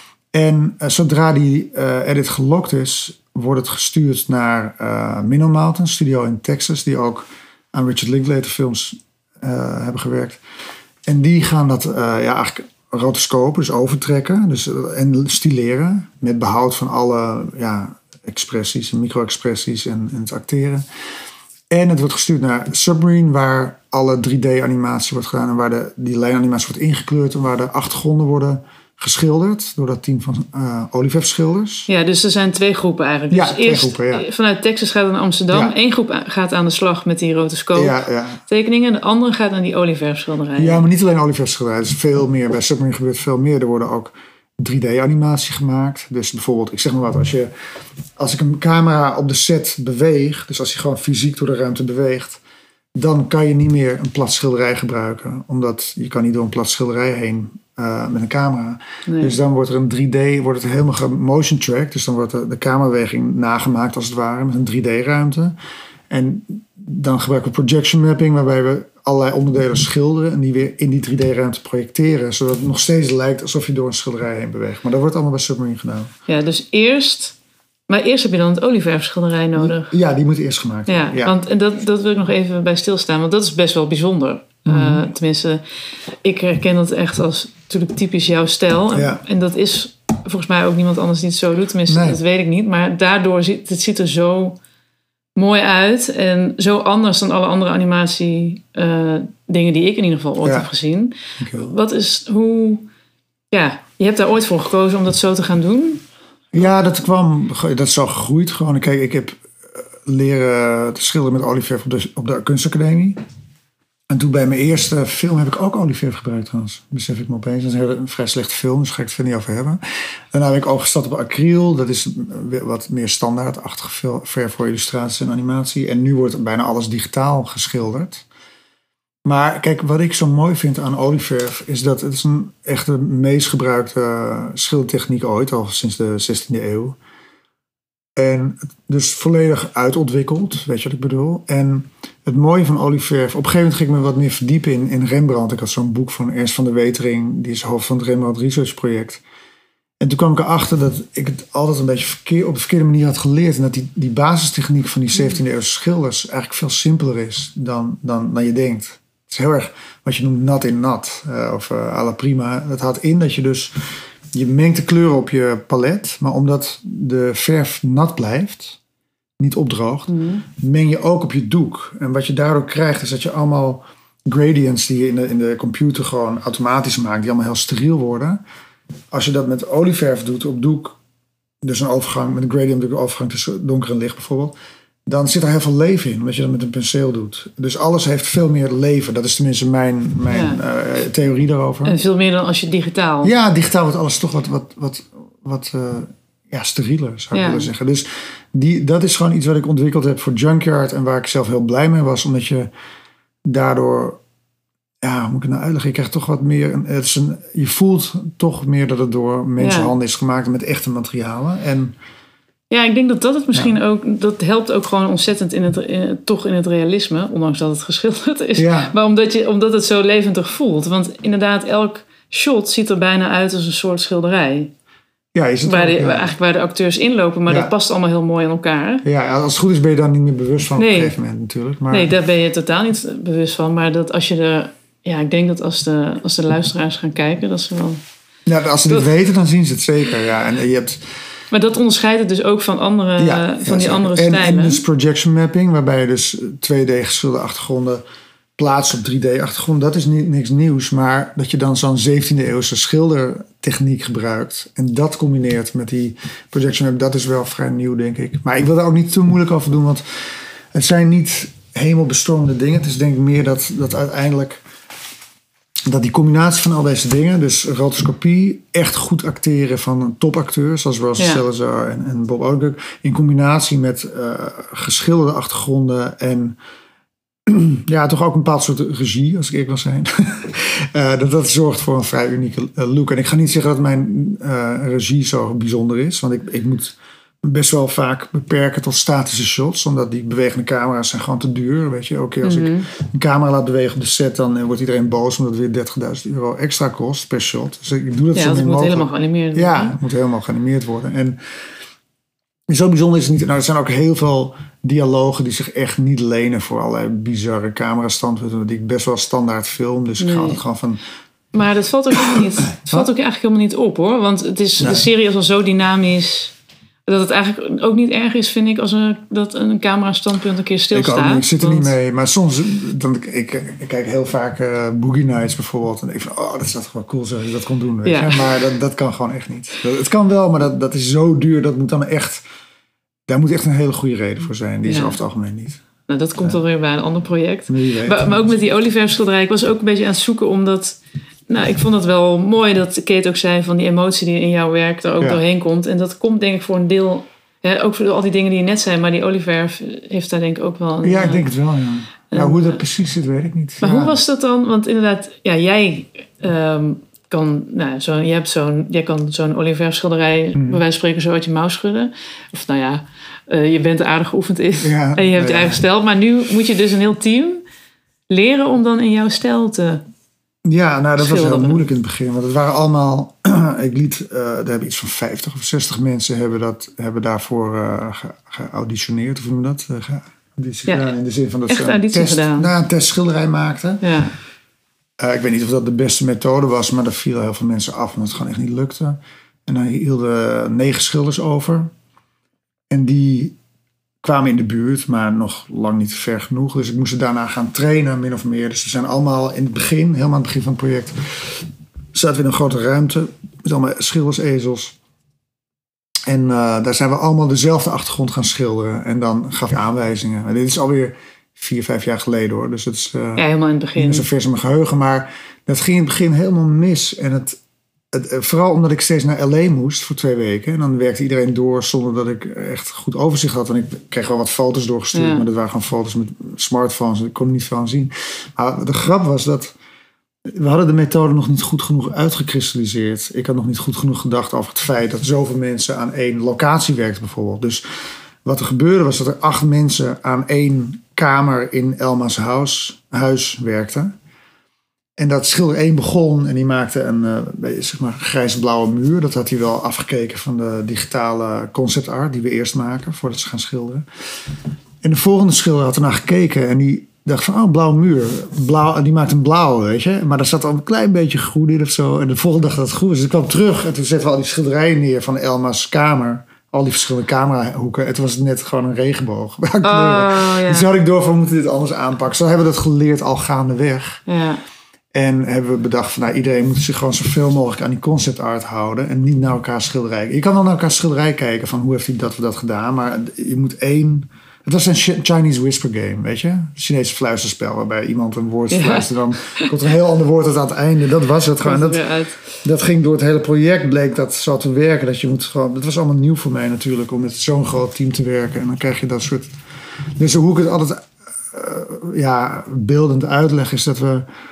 En uh, zodra die uh, edit gelokt is, wordt het gestuurd naar uh, Minnow Mountain, studio in Texas, die ook aan Richard Linklater films uh, hebben gewerkt. En die gaan dat uh, ja, eigenlijk rotoscopen, dus overtrekken dus, uh, en stileren met behoud van alle ja, expressies, micro-expressies en, en het acteren. En het wordt gestuurd naar Submarine, waar alle drie D-animatie wordt gedaan en waar de, die lijnanimatie wordt ingekleurd en waar de achtergronden worden geschilderd door dat team van uh, Oliver schilders. Ja, dus er zijn twee groepen eigenlijk. Ja, dus twee eerst groepen, ja. Vanuit Texas gaat het naar Amsterdam. Ja. Eén groep gaat aan de slag met die rotoscoop ja, ja. tekeningen. De andere gaat naar die Oliver schilderijen. Ja, maar niet alleen Oliver schilderijen. Er is veel meer. Bij Submarine gebeurt veel meer. Er worden ook drie D-animatie gemaakt. Dus bijvoorbeeld, ik zeg maar wat, als je als ik een camera op de set beweeg, dus als je gewoon fysiek door de ruimte beweegt, dan kan je niet meer een plat schilderij gebruiken. Omdat je kan niet door een plat schilderij heen uh, met een camera. Nee. Dus dan wordt er een drie D, wordt het helemaal gemotion tracked. Dus dan wordt de, de camerabeweging nagemaakt als het ware met een drie D-ruimte. En dan gebruiken we projection mapping, waarbij we allerlei onderdelen schilderen en die weer in die drie D-ruimte projecteren. Zodat het nog steeds lijkt alsof je door een schilderij heen beweegt. Maar dat wordt allemaal bij Submarine gedaan. Ja, dus eerst... Maar eerst heb je dan het olieverfschilderij nodig. Ja, die moet eerst gemaakt worden. Ja, ja. Want en dat, dat wil ik nog even bij stilstaan. Want dat is best wel bijzonder. Mm-hmm. Uh, tenminste, ik herken dat echt als natuurlijk typisch jouw stijl. En, ja. en dat is volgens mij ook niemand anders die het zo doet. Tenminste, nee. dat weet ik niet. Maar daardoor ziet het ziet er zo mooi uit. En zo anders dan alle andere animatie uh, dingen die ik in ieder geval ooit ja. heb gezien. Wat is, hoe... Ja, je hebt daar ooit voor gekozen om dat zo te gaan doen... Ja, dat kwam, dat is zo gegroeid gewoon. Kijk, ik heb leren te schilderen met olieverf op de, op de kunstacademie. En toen bij mijn eerste film heb ik ook olieverf gebruikt trouwens. Besef ik me opeens. Dat is een, een vrij slechte film, dus daar ga ik het verder niet over hebben. Daarna heb ik overgestapt op acryl. Dat is wat meer standaardachtige verf voor illustratie en animatie. En nu wordt bijna alles digitaal geschilderd. Maar kijk, wat ik zo mooi vind aan olieverf is dat het is een echt de meest gebruikte schildertechniek ooit, al sinds de zestiende eeuw. En dus volledig uitontwikkeld, weet je wat ik bedoel? En het mooie van olieverf, op een gegeven moment ging ik me wat meer verdiepen in, in Rembrandt. Ik had zo'n boek van Ernst van der Wetering, die is hoofd van het Rembrandt Research Project. En toen kwam ik erachter dat ik het altijd een beetje verkeer, op de verkeerde manier had geleerd. En dat die, die basistechniek van die zeventiende eeuwse schilders eigenlijk veel simpeler is dan, dan, dan je denkt. Het is heel erg wat je noemt nat in nat. Uh, of uh, à la prima. Dat houdt in dat je dus... Je mengt de kleuren op je palet. Maar omdat de verf nat blijft. Niet opdroogt. Mm. Meng je ook op je doek. En wat je daardoor krijgt is dat je allemaal gradients die je in de, in de computer gewoon automatisch maakt. Die allemaal heel steriel worden. Als je dat met olieverf doet op doek. Dus een overgang met een gradient. Een overgang tussen donker en licht bijvoorbeeld. Dan zit er heel veel leven in, omdat je dat met een penseel doet. Dus alles heeft veel meer leven. Dat is tenminste mijn, mijn ja. uh, theorie daarover. En veel meer dan als je digitaal... Ja, digitaal wordt alles toch wat, wat, wat, wat uh, ja, sterieler, zou ik ja. willen zeggen. Dus die, dat is gewoon iets wat ik ontwikkeld heb voor Junkyard. En waar ik zelf heel blij mee was. Omdat je daardoor... Ja, hoe moet ik het nou uitleggen? Je krijgt toch wat meer... Het is een, je voelt toch meer dat het door mensenhanden ja. is gemaakt met echte materialen. En... Ja, ik denk dat dat het misschien ja. ook... Dat helpt ook gewoon ontzettend in het, in, toch in het realisme. Ondanks dat het geschilderd is. Ja. Maar omdat, je, omdat het zo levendig voelt. Want inderdaad, elk shot ziet er bijna uit als een soort schilderij. Ja, is het waar, ook, de, ja. waar, eigenlijk waar de acteurs inlopen. Maar ja. dat past allemaal heel mooi in elkaar. Ja, als het goed is ben je daar niet meer bewust van nee. op een gegeven moment natuurlijk. Maar... Nee, daar ben je totaal niet bewust van. Maar dat als je er... Ja, ik denk dat als de, als de luisteraars gaan kijken, dat ze wel... Ja, als ze dit dat... weten, dan zien ze het zeker. Ja, en je hebt... Maar dat onderscheidt het dus ook van, andere, ja, uh, van ja, die andere en, stijlen. En dus projection mapping, waarbij je dus twee D geschilderde achtergronden plaatst op drie D achtergrond. Dat is niet, niks nieuws, maar dat je dan zo'n zeventiende eeuwse schildertechniek gebruikt. En dat combineert met die projection mapping, dat is wel vrij nieuw, denk ik. Maar ik wil daar ook niet te moeilijk over doen, want het zijn niet hemelbestormende dingen. Het is denk ik meer dat, dat uiteindelijk... dat die combinatie van al deze dingen, dus rotoscopie, echt goed acteren van een topacteur, zoals Rosa ja. Salazar en, en Bob Odenkirk, in combinatie met uh, geschilderde achtergronden en ja, toch ook een bepaald soort regie, als ik eerlijk wil zijn. uh, dat, dat zorgt voor een vrij unieke look. En ik ga niet zeggen dat mijn uh, regie zo bijzonder is, want ik, ik moet best wel vaak beperken tot statische shots, omdat die bewegende camera's zijn gewoon te duur. Weet je, elke keer als mm-hmm. ik een camera laat bewegen op de set, dan wordt iedereen boos omdat het weer dertigduizend euro extra kost per shot. Dus ik doe dat ja, zo min mogelijk. Het moet helemaal geanimeerd worden. Ja, het moet helemaal geanimeerd worden. En zo bijzonder is het niet. Nou, er zijn ook heel veel dialogen die zich echt niet lenen voor allerlei bizarre camerastandpunten, die ik best wel standaard film. Dus ik nee. ga altijd gewoon van... Maar dat valt ook niet. Het valt ook eigenlijk helemaal niet op, hoor. Want het is, nee. de serie is al zo dynamisch dat het eigenlijk ook niet erg is, vind ik, als een, dat een camera-standpunt een keer stilstaat. Ik ook niet, ik zit er want... niet mee. Maar soms, dan, ik, ik, ik kijk heel vaak uh, Boogie Nights bijvoorbeeld. En ik van, oh, dat is toch wel cool zo je dat kon doen. Weet ja. je? Maar dat, dat kan gewoon echt niet. Dat, het kan wel, maar dat, dat is zo duur. Dat moet dan echt, daar moet echt een hele goede reden voor zijn. Die is ja. over het algemeen niet. Nou, dat komt ja. alweer bij een ander project. Weet, maar, maar ook met die olieverfschilderij. Ik was ook een beetje aan het zoeken omdat... Nou, ik vond het wel mooi dat Kate ook zei van die emotie die in jouw werk er ook ja. doorheen komt. En dat komt denk ik voor een deel... Ja, ook voor al die dingen die je net zei, maar die olieverf heeft daar denk ik ook wel... Een, ja, ik denk het wel, ja. Een, nou, hoe dat precies zit, weet ik niet. Maar ja. hoe was dat dan? Want inderdaad, ja, jij um, kan, nou, zo, je hebt zo'n, jij kan zo'n olieverfschilderij, mm. bij wijze van spreken, zo uit je mouw schudden. Of nou ja, uh, je bent aardig geoefend in ja, en je hebt ja. je eigen stijl. Maar nu moet je dus een heel team leren om dan in jouw stijl te... Ja, nou dat was heel moeilijk in het begin. Want het waren allemaal... ik liet... Uh, er hebben iets van vijftig of zestig mensen hebben, dat, hebben daarvoor uh, ge, geauditioneerd. Of hoe noem je dat? Uh, geauditie ja, gedaan. In de zin van dat echt ze een, test, gedaan. Nou, een testschilderij maakten. Ja. Uh, ik weet niet of dat de beste methode was. Maar er vielen heel veel mensen af. Omdat het gewoon echt niet lukte. En dan hielden negen schilders over. En die... kwamen in de buurt, maar nog lang niet ver genoeg. Dus ik moest ze daarna gaan trainen, min of meer. Dus we zijn allemaal in het begin, helemaal aan het begin van het project... zaten we in een grote ruimte met allemaal schildersezels. En uh, daar zijn we allemaal dezelfde achtergrond gaan schilderen. En dan gaf je aanwijzingen. En dit is alweer vier, vijf jaar geleden, hoor. Dus het is uh, ja, helemaal in het begin. niet zo vers in mijn geheugen. Maar dat ging in het begin helemaal mis. En het... Het, vooral omdat ik steeds naar L A moest voor twee weken. En dan werkte iedereen door zonder dat ik echt goed overzicht had. Want ik kreeg wel wat foto's doorgestuurd. Ja. Maar dat waren gewoon foto's met smartphones. Ik kon er niet van zien. Maar de grap was dat... We hadden de methode nog niet goed genoeg uitgekristalliseerd. Ik had nog niet goed genoeg gedacht over het feit... dat zoveel mensen aan één locatie werkten bijvoorbeeld. Dus wat er gebeurde was dat er acht mensen aan één kamer in Elma's huis, huis werkten. En dat schilder één begon en die maakte een uh, zeg maar grijs-blauwe muur. Dat had hij wel afgekeken van de digitale concept art die we eerst maken voordat ze gaan schilderen. En de volgende schilder had ernaar gekeken en die dacht van, oh, blauwe muur. Blauw, die maakt een blauwe, weet je. Maar daar zat al een klein beetje groen in of zo. En de volgende dag dat het groen was. Dus ik kwam terug en toen zetten we al die schilderijen neer van Elma's kamer. Al die verschillende camerahoeken. En toen was het net gewoon een regenboog. Oh, ja. Dus had ik door van, we moeten dit anders aanpakken. Zo hebben we dat geleerd al gaandeweg. Ja. En hebben we bedacht van, nou, iedereen moet zich gewoon zoveel mogelijk aan die concept art houden. En niet naar elkaar schilderij. Je kan wel naar elkaar schilderij kijken van hoe heeft hij dat of dat gedaan. Maar je moet één... Het was een Chinese whisper game, weet je? Een Chinese fluisterspel waarbij iemand een woord ja. fluistert. Dan komt er een heel ander woord uit aan het einde. Dat was het gewoon. Dat, dat ging door het hele project, bleek dat zo te werken. Dat je moet gewoon... Dat was allemaal nieuw voor mij natuurlijk, om met zo'n groot team te werken. En dan krijg je dat soort... Dus hoe ik het altijd uh, ja, beeldend uitleg is dat we...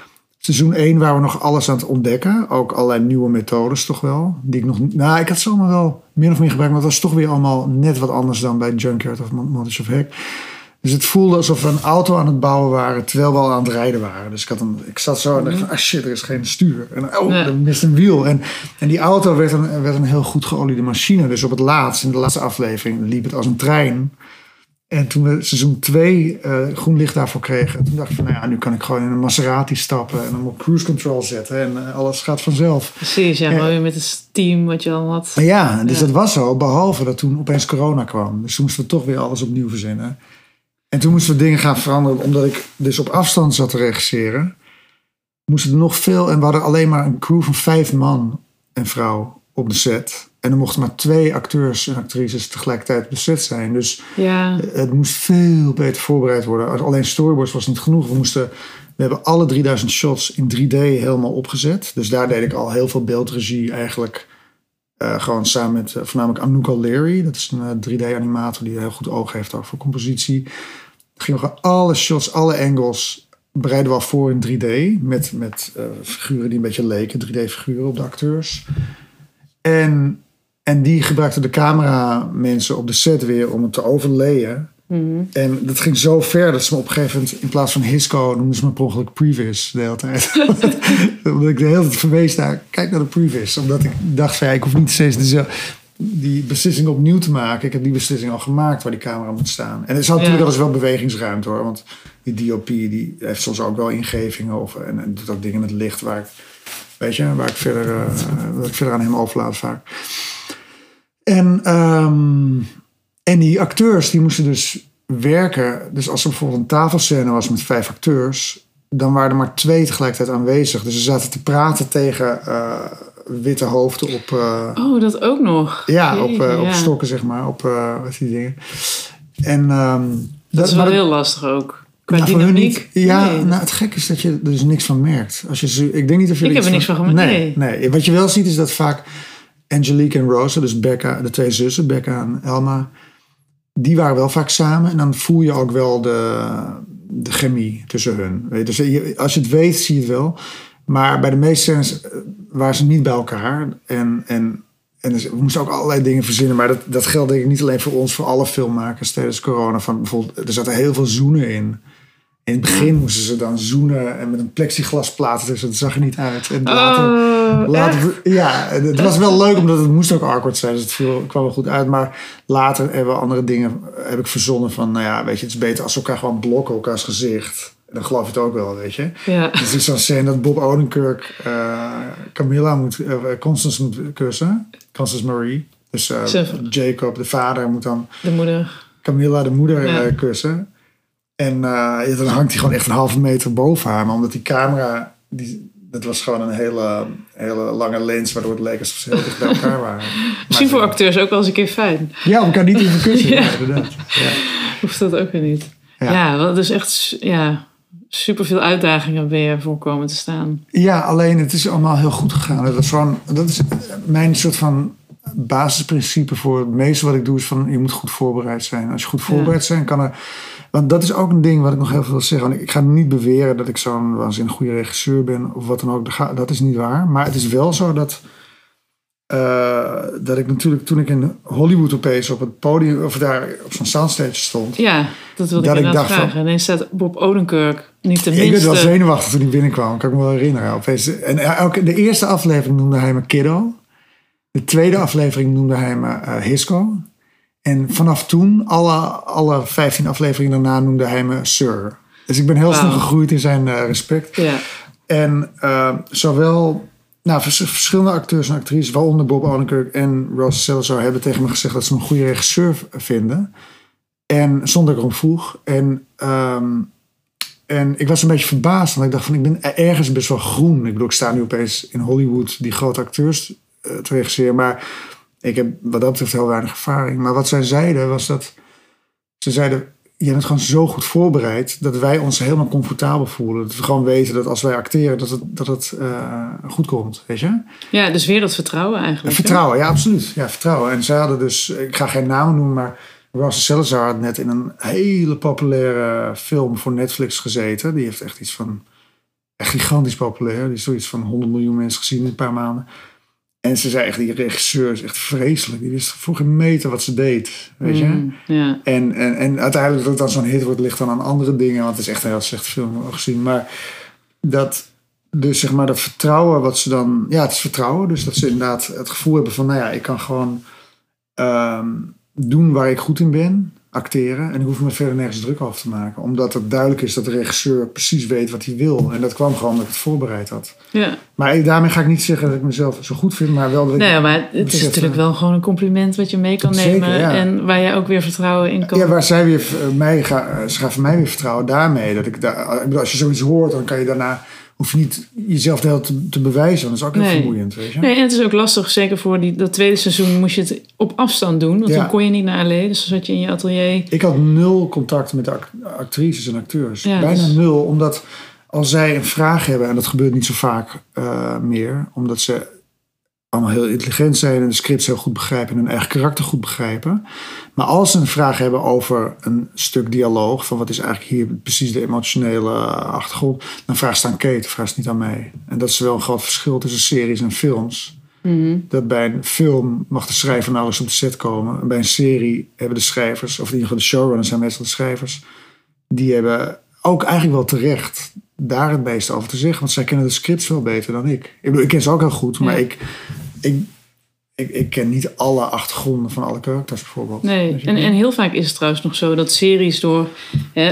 Seizoen één waren we nog alles aan het ontdekken. Ook allerlei nieuwe methodes toch wel. Die ik nog, nou, ik had ze allemaal wel min of meer gebruikt. Maar het was toch weer allemaal net wat anders dan bij Junkyard of Montage of Heck. Dus het voelde alsof we een auto aan het bouwen waren terwijl we al aan het rijden waren. Dus ik, had een, ik zat zo en dacht van, ah shit, er is geen stuur. En oh, ja. er mist een wiel. En, en die auto werd een, werd een heel goed geoliede machine. Dus op het laatst, in de laatste aflevering, liep het als een trein. En toen we seizoen twee uh, groen licht daarvoor kregen, toen dacht ik van, nou ja, nu kan ik gewoon in een Maserati stappen en hem op cruise control zetten en uh, alles gaat vanzelf. Precies, ja, gewoon weer met het team wat je al had. Ja, dus ja. dat was zo, behalve dat toen opeens corona kwam. Dus toen moesten we toch weer alles opnieuw verzinnen. En toen moesten we dingen gaan veranderen, omdat ik dus op afstand zat te regisseren. Moesten er nog veel, en we hadden alleen maar een crew van vijf man en vrouw op de set. En er mochten maar twee acteurs en actrices tegelijkertijd op de set zijn. Dus ja. het moest veel beter voorbereid worden. Alleen storyboards was niet genoeg. We, moesten, we hebben alle drieduizend shots in drie D helemaal opgezet. Dus daar deed ik al heel veel beeldregie eigenlijk. Uh, gewoon samen met uh, voornamelijk Anouk O'Leary. Dat is een uh, drie D-animator die heel goed oog heeft ook voor compositie. Gingen we gewoon alle shots, alle angles bereiden we al voor in drie D. Met, met uh, figuren die een beetje leken. drie D-figuren op de acteurs. En... En die gebruikten de cameramensen op de set weer om het te overlayen. Mm-hmm. En dat ging zo ver dat ze me op een gegeven moment, in plaats van Hisco, noemden ze me per ongeluk Previs de hele tijd. Omdat ik de hele tijd verwees naar, kijk naar de Previs. Omdat ik dacht van, ja, ik hoef niet steeds dezelfde, die beslissing opnieuw te maken. Ik heb die beslissing al gemaakt waar die camera moet staan. En er is natuurlijk ja. altijd wel bewegingsruimte hoor. Want die D O P die heeft soms ook wel ingevingen. Of, en, en doet ook dingen met licht waar ik, weet je, waar ik verder, uh, waar ik verder aan hem overlaat vaak. En, um, en die acteurs die moesten dus werken. Dus als er bijvoorbeeld een tafelscène was met vijf acteurs, dan waren er maar twee tegelijkertijd aanwezig. Dus ze zaten te praten tegen uh, witte hoofden op... Uh, oh, dat ook nog? Ja, op, uh, ja. op stokken zeg maar. Op uh, wat die dingen. En, um, dat, dat is wel heel lastig ook. Qua nou, dynamiek. Niet, ja, nee. nou, het gekke is dat je er dus niks van merkt. Als je, ik denk niet of je ik heb er niks van gemerkt. Nee, nee, nee. Wat je wel ziet is dat vaak Angelique en Rosa, dus Becca, de twee zussen, Becca en Elma, die waren wel vaak samen. En dan voel je ook wel de, de chemie tussen hun. Dus je, als je het weet, zie je het wel. Maar bij de meeste scènes waren ze niet bij elkaar. En, en, en dus we moesten ook allerlei dingen verzinnen. Maar dat, dat geldt denk ik niet alleen voor ons, voor alle filmmakers tijdens corona. Van bijvoorbeeld, er zaten heel veel zoenen in. In het begin moesten ze dan zoenen en met een plexiglasplaat, dus dat zag er niet uit. En later, oh, later ja, het was wel leuk omdat het moest ook awkward zijn, dus het viel, kwam wel goed uit. Maar later hebben we andere dingen, heb ik verzonnen van, nou ja, weet je, het is beter als we elkaar gewoon blokken, elkaars gezicht. Dan geloof je het ook wel, weet je. Ja. Dus het is zo'n scène dat Bob Odenkirk uh, Camilla moet, uh, Constance moet kussen, Constance Marie. Dus uh, Jacob, de vader, moet dan de moeder. Camilla, de moeder, ja. uh, kussen. En uh, dan hangt hij gewoon echt een halve meter boven haar. Maar omdat die camera, die, dat was gewoon een hele, hele lange lens, waardoor het leek alsof ze heel dicht bij elkaar waren. Misschien voor acteurs ook wel eens een keer fijn. Ja, we elkaar niet even kussen. ja. Ja, inderdaad. Ja. Hoeft dat ook weer niet. Ja, ja want het is echt ja, super veel uitdagingen ben je voorkomen te staan. Ja, alleen het is allemaal heel goed gegaan. Dat is, gewoon, dat is mijn soort van basisprincipe voor het meeste wat ik doe, is van je moet goed voorbereid zijn. Als je goed voorbereid ja. bent, kan er... Want dat is ook een ding wat ik nog heel veel wil zeggen. Want ik ga niet beweren dat ik zo'n waanzinnig goede regisseur ben of wat dan ook. Dat is niet waar. Maar het is wel zo dat, uh, dat ik natuurlijk toen ik in Hollywood opeens op het podium of daar op zo'n soundstage stond. Ja, dat wilde ik inderdaad vragen. Van, en dan staat Bob Odenkirk niet de minste. Ik werd wel zenuwachtig toen hij binnenkwam. Kan ik me wel herinneren. Opeens, en elke, de eerste aflevering noemde hij me Kiddo. De tweede aflevering noemde hij me uh, Hisco. En vanaf toen, alle, alle vijftien afleveringen daarna, noemde hij me Sir. Dus ik ben heel wow. snel gegroeid in zijn uh, respect. Ja. En uh, zowel nou, verschillende acteurs en actrices, waaronder Bob Odenkirk en Rosa Salazar, hebben tegen me gezegd dat ze me een goede regisseur vinden. En zonder ik erom vroeg. En, um, en ik was een beetje verbaasd, want ik dacht van, ik ben ergens best wel groen. Ik bedoel, ik sta nu opeens in Hollywood die grote acteurs uh, te regisseren, maar ik heb wat dat betreft heel weinig ervaring. Maar wat zij zeiden was dat... Ze zeiden, je bent gewoon zo goed voorbereid dat wij ons helemaal comfortabel voelen. Dat we gewoon weten dat als wij acteren, dat het, dat het uh, goed komt. Weet je? Ja, dus weer dat vertrouwen eigenlijk. Vertrouwen, hè? Ja, absoluut. Ja, vertrouwen. En ze hadden dus... Ik ga geen namen noemen, maar Rosa Salazar had net in een hele populaire film voor Netflix gezeten. Die heeft echt iets van echt gigantisch populair. Die is zoiets van honderd miljoen mensen gezien in een paar maanden. En ze zei echt, die regisseur is echt vreselijk. Die wist vroeger meter wat ze deed. Weet je? Mm, yeah. en, en, en uiteindelijk dat het dan zo'n hit wordt, ligt dan aan andere dingen. Want het is echt een heel slechte film gezien. Maar dat, dus zeg maar dat vertrouwen wat ze dan... Ja, het is vertrouwen. Dus dat ze inderdaad het gevoel hebben van... Nou ja, ik kan gewoon um, doen waar ik goed in ben. Acteren. En ik hoef me verder nergens druk over te maken. Omdat het duidelijk is dat de regisseur precies weet wat hij wil. En dat kwam gewoon omdat ik het voorbereid had. Ja. Maar daarmee ga ik niet zeggen dat ik mezelf zo goed vind. Maar wel dat ik... Nee, maar het is natuurlijk wel gewoon een compliment wat je mee kan Zeker, nemen. Ja. En waar je ook weer vertrouwen in kan. Ja, waar zij weer mij gaan... Ze gaan mij weer vertrouwen daarmee. Dat ik daar, ik bedoel, als je zoiets hoort, dan kan je daarna... Hoef je niet jezelf de hele te, te bewijzen. Dat is ook heel nee. vermoeiend. Weet je? Nee, en het is ook lastig. Zeker voor die, dat tweede seizoen moest je het op afstand doen. Want ja. dan kon je niet naar L A. Dus dan zat je in je atelier. Ik had nul contact met de actrices en acteurs. Ja, Bijna dus... nul. Omdat als zij een vraag hebben... En dat gebeurt niet zo vaak uh, meer. Omdat ze allemaal heel intelligent zijn... En de scripts heel goed begrijpen. En hun eigen karakter goed begrijpen. Maar als ze een vraag hebben over een stuk dialoog... van wat is eigenlijk hier precies de emotionele achtergrond... dan vraagt ze aan Kate, vraagt ze niet aan mij. En dat is wel een groot verschil tussen series en films. Mm-hmm. Dat bij een film mag de schrijver nauwelijks op de set komen. En bij een serie hebben de schrijvers... of in ieder geval de showrunners zijn meestal de schrijvers... die hebben ook eigenlijk wel terecht... daar het meeste over te zeggen. Want zij kennen de scripts veel beter dan ik. Ik bedoel, ik ken ze ook heel goed, maar ja. ik... ik Ik, ik ken niet alle achtergronden van alle karakters bijvoorbeeld. Nee, en, en heel vaak is het trouwens nog zo dat series door... Hè,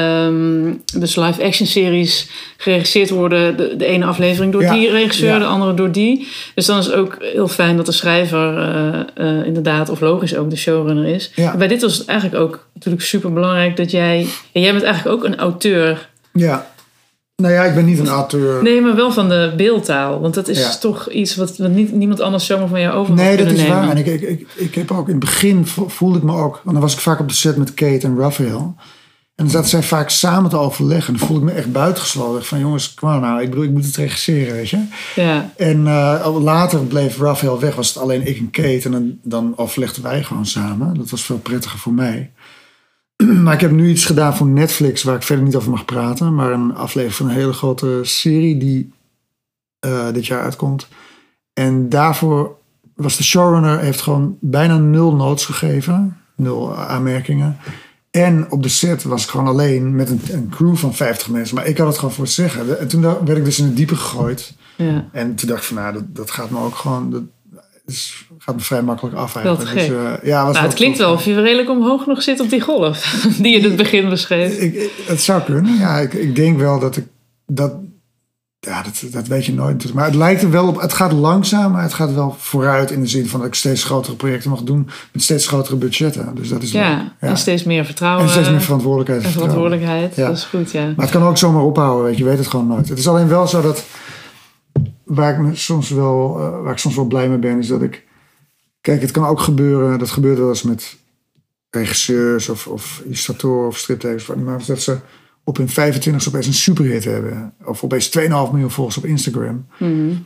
um, dus live-action series geregisseerd worden... De, de ene aflevering door ja, die regisseur, ja. de andere door die. Dus dan is het ook heel fijn dat de schrijver uh, uh, inderdaad... of logisch ook de showrunner is. Ja. Bij dit was het eigenlijk ook natuurlijk super belangrijk dat jij... En jij bent eigenlijk ook een auteur... Ja. Nou ja, ik ben niet een auteur. Nee, maar wel van de beeldtaal. Want dat is ja. toch iets wat, wat niet, niemand anders zomaar van jou over Nee, dat is nemen. waar. En ik, ik, ik, ik heb ook in het begin voelde ik me ook... Want dan was ik vaak op de set met Kate en Raphael. En dan zaten zij vaak samen te overleggen. En dan voelde ik me echt buitengesloten. Van jongens, kom maar nou. Ik bedoel, ik moet het regisseren, weet je. Ja. En uh, later bleef Raphael weg. Was het alleen ik en Kate. En dan, dan overlegden wij gewoon samen. Dat was veel prettiger voor mij. Maar ik heb nu iets gedaan voor Netflix waar ik verder niet over mag praten. Maar een aflevering van een hele grote serie die uh, dit jaar uitkomt. En daarvoor was de showrunner, heeft gewoon bijna nul notes gegeven. Nul aanmerkingen. En op de set was ik gewoon alleen met een, een crew van vijftig mensen. Maar ik had het gewoon voor het zeggen. En toen werd ik dus in het diepe gegooid. Ja. En toen dacht ik van nou, dat, dat gaat me ook gewoon... Dat, Dus gaat me vrij makkelijk af eigenlijk. Dus, uh, ja, was nou, het klinkt wel of je redelijk omhoog nog zit op die golf. Die je in het begin beschreef. Ik, ik, het zou kunnen. Ja, ik, ik denk wel dat ik... Dat, ja, dat, dat weet je nooit. Maar het lijkt er wel op... Het gaat langzaam, maar het gaat wel vooruit... in de zin van dat ik steeds grotere projecten mag doen... met steeds grotere budgetten. Dus dat is ja, wel, ja. en steeds meer vertrouwen. En steeds meer verantwoordelijkheid. En verantwoordelijkheid, ja. Dat is goed, ja. Maar het kan ook zomaar ophouden, weet je. Je weet het gewoon nooit. Het is alleen wel zo dat... Waar ik, me soms wel, uh, waar ik soms wel blij mee ben, is dat ik... Kijk, het kan ook gebeuren, dat gebeurt wel eens met regisseurs of, of illustratoren of striptekens, maar dat ze op hun vijfentwintigste opeens een superhit hebben. Of opeens twee komma vijf miljoen volgers op Instagram. Mm-hmm.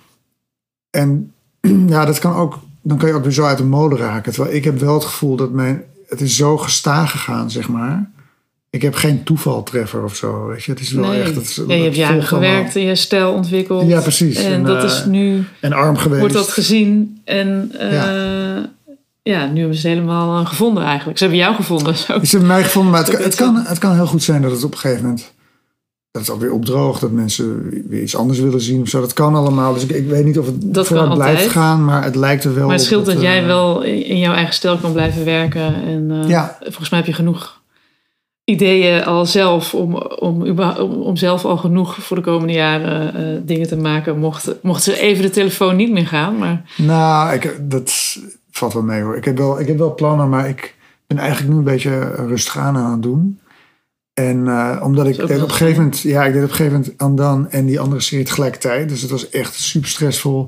En ja, dat kan ook, dan kan je ook weer zo uit de mode raken. Terwijl ik heb wel het gevoel dat mijn, het is zo gestaag gegaan, zeg maar. Ik heb geen toevaltreffer of zo, weet je. Het is wel nee. echt... Het, ja, je hebt jaren gewerkt en je stijl ontwikkeld. Ja, precies. En, en dat uh, is nu... En arm geweest. Wordt dat gezien. En uh, ja. ja, nu hebben ze het helemaal uh, gevonden eigenlijk. Ze hebben jou gevonden. Zo. Ze hebben mij gevonden, maar het kan, het, kan, het kan heel goed zijn dat het op een gegeven moment... dat het ook weer opdroogt, dat mensen weer iets anders willen zien of zo. Dat kan allemaal. Dus ik, ik weet niet of het dat vooruit blijft gaan, maar het lijkt er wel op. Maar het scheelt dat, dat uh, jij wel in jouw eigen stijl kan blijven werken. En uh, ja. volgens mij heb je genoeg... ideeën al zelf om, om, om, om zelf al genoeg voor de komende jaren uh, dingen te maken. Mocht, mocht ze even de telefoon niet meer gaan. Maar... Nou, ik, dat valt wel mee hoor. Ik heb wel, ik heb wel plannen, maar ik ben eigenlijk nu een beetje rustig aan aan het doen. En uh, omdat ik deed op een gegeven moment, ja, ik deed op een gegeven moment Andan en die andere serie tegelijkertijd. Dus het was echt super stressvol.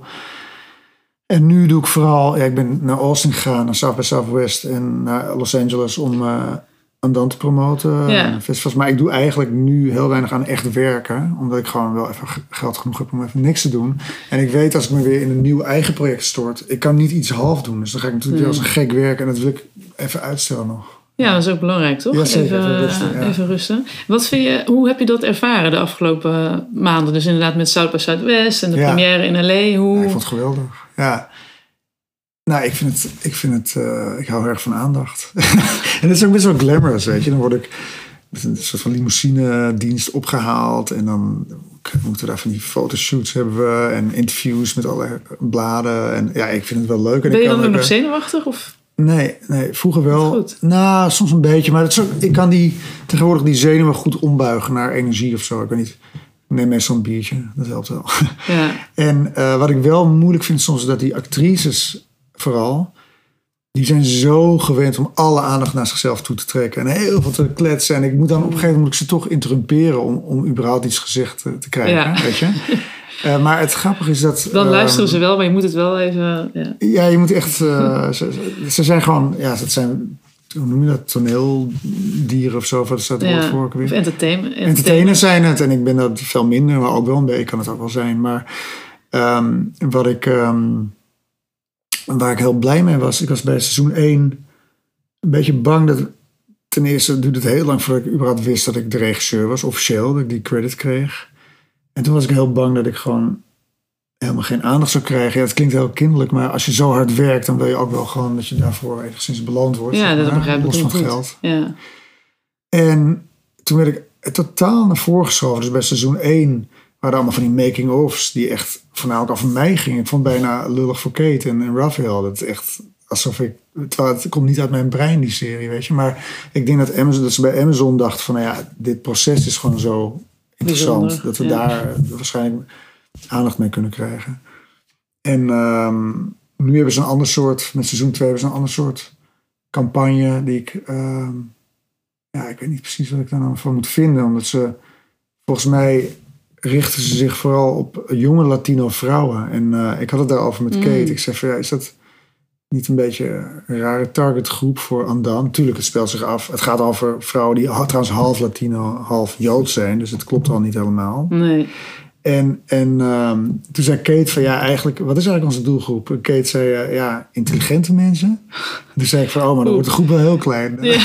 En nu doe ik vooral, ja, ik ben naar Austin gegaan, naar South by Southwest en naar Los Angeles om uh, Andan te promoten. Ja. Festivals. Maar ik doe eigenlijk nu heel weinig aan echt werken. Omdat ik gewoon wel even geld genoeg heb om even niks te doen. En ik weet als ik me weer in een nieuw eigen project stort. Ik kan niet iets half doen. Dus dan ga ik natuurlijk mm. weer als een gek werken. En dat wil ik even uitstellen nog. Ja, dat is ook belangrijk, toch? Ja, zeker, even, even rusten, ja. even rusten. Wat vind je, hoe heb je dat ervaren de afgelopen maanden? Dus inderdaad met South by Southwest en de ja. première in L A. Hoe... Ja, ik vond het geweldig. Ja. Nou, ik vind het... Ik, vind het, uh, ik hou erg van aandacht. En het is ook best wel glamorous, weet je. Dan word ik met een soort van limousine-dienst opgehaald. En dan moeten we daar van die fotoshoots hebben we. En interviews met alle bladen. En ja, ik vind het wel leuk. En ben je ik dan kan ook nog uh, zenuwachtig? Of? Nee, nee, vroeger wel. Nou, soms een beetje. Maar het is ook, ik kan die, tegenwoordig die zenuwen goed ombuigen naar energie of zo. Ik weet niet. Ik neem meestal een biertje. Dat helpt wel. Ja. En uh, wat ik wel moeilijk vind soms, is dat die actrices vooral, die zijn zo gewend om alle aandacht naar zichzelf toe te trekken. En heel veel te kletsen. En ik moet dan op een gegeven moment moet ik ze toch interrumperen om, om überhaupt iets gezegd te, te krijgen. Ja. Weet je? Uh, maar het grappige is dat... Dan uh, luisteren ze wel, maar je moet het wel even... Ja, ja je moet echt... Uh, ze, ze zijn gewoon... Ja, dat zijn... Hoe noem je dat? Toneeldieren of zo? Wat is dat woord ja, voor? Of entertainment. Entertainers zijn het. En ik ben dat veel minder, maar ook wel een beetje. Kan het ook wel zijn. Maar um, wat ik... Um, waar ik heel blij mee was... Ik was bij seizoen één een beetje bang dat... Ten eerste duurde het heel lang voordat ik überhaupt wist dat ik de regisseur was. Officieel, dat ik die credit kreeg. En toen was ik heel bang dat ik gewoon helemaal geen aandacht zou krijgen. Ja, het klinkt heel kinderlijk, maar als je zo hard werkt, dan wil je ook wel gewoon dat je daarvoor enigszins beloond wordt. Ja, dat begrijp ik los van goed. geld. Ja. En toen werd ik totaal naar voren geschoven. Dus bij seizoen één waren allemaal van die making-ofs die echt voornamelijk over mij gingen. Ik vond het bijna lullig voor Kate en, en Raphael. Dat is echt alsof ik... Terwijl het komt niet uit mijn brein, die serie, weet je. Maar ik denk dat, Amazon, dat ze bij Amazon dachten van, nou ja, dit proces is gewoon zo interessant. Bijzonder, dat we ja. daar waarschijnlijk aandacht mee kunnen krijgen. En um, nu hebben ze een ander soort, met seizoen twee hebben ze een ander soort campagne die ik, um, ja, ik weet niet precies wat ik daar nou van moet vinden. Omdat ze, volgens mij richten ze zich vooral op jonge Latino vrouwen. En uh, ik had het daarover met mm. Kate. Ik zei van, ja, is dat niet een beetje een rare targetgroep voor Andan? Tuurlijk, het speelt zich af. Het gaat over vrouwen die trouwens half Latino, half Joods zijn. Dus het klopt al niet helemaal. Nee. En, en um, toen zei Kate van, ja, eigenlijk, wat is eigenlijk onze doelgroep? En Kate zei, uh, ja, intelligente mensen. Toen zei ik van, oh, maar dan wordt de groep wel heel klein. Ja.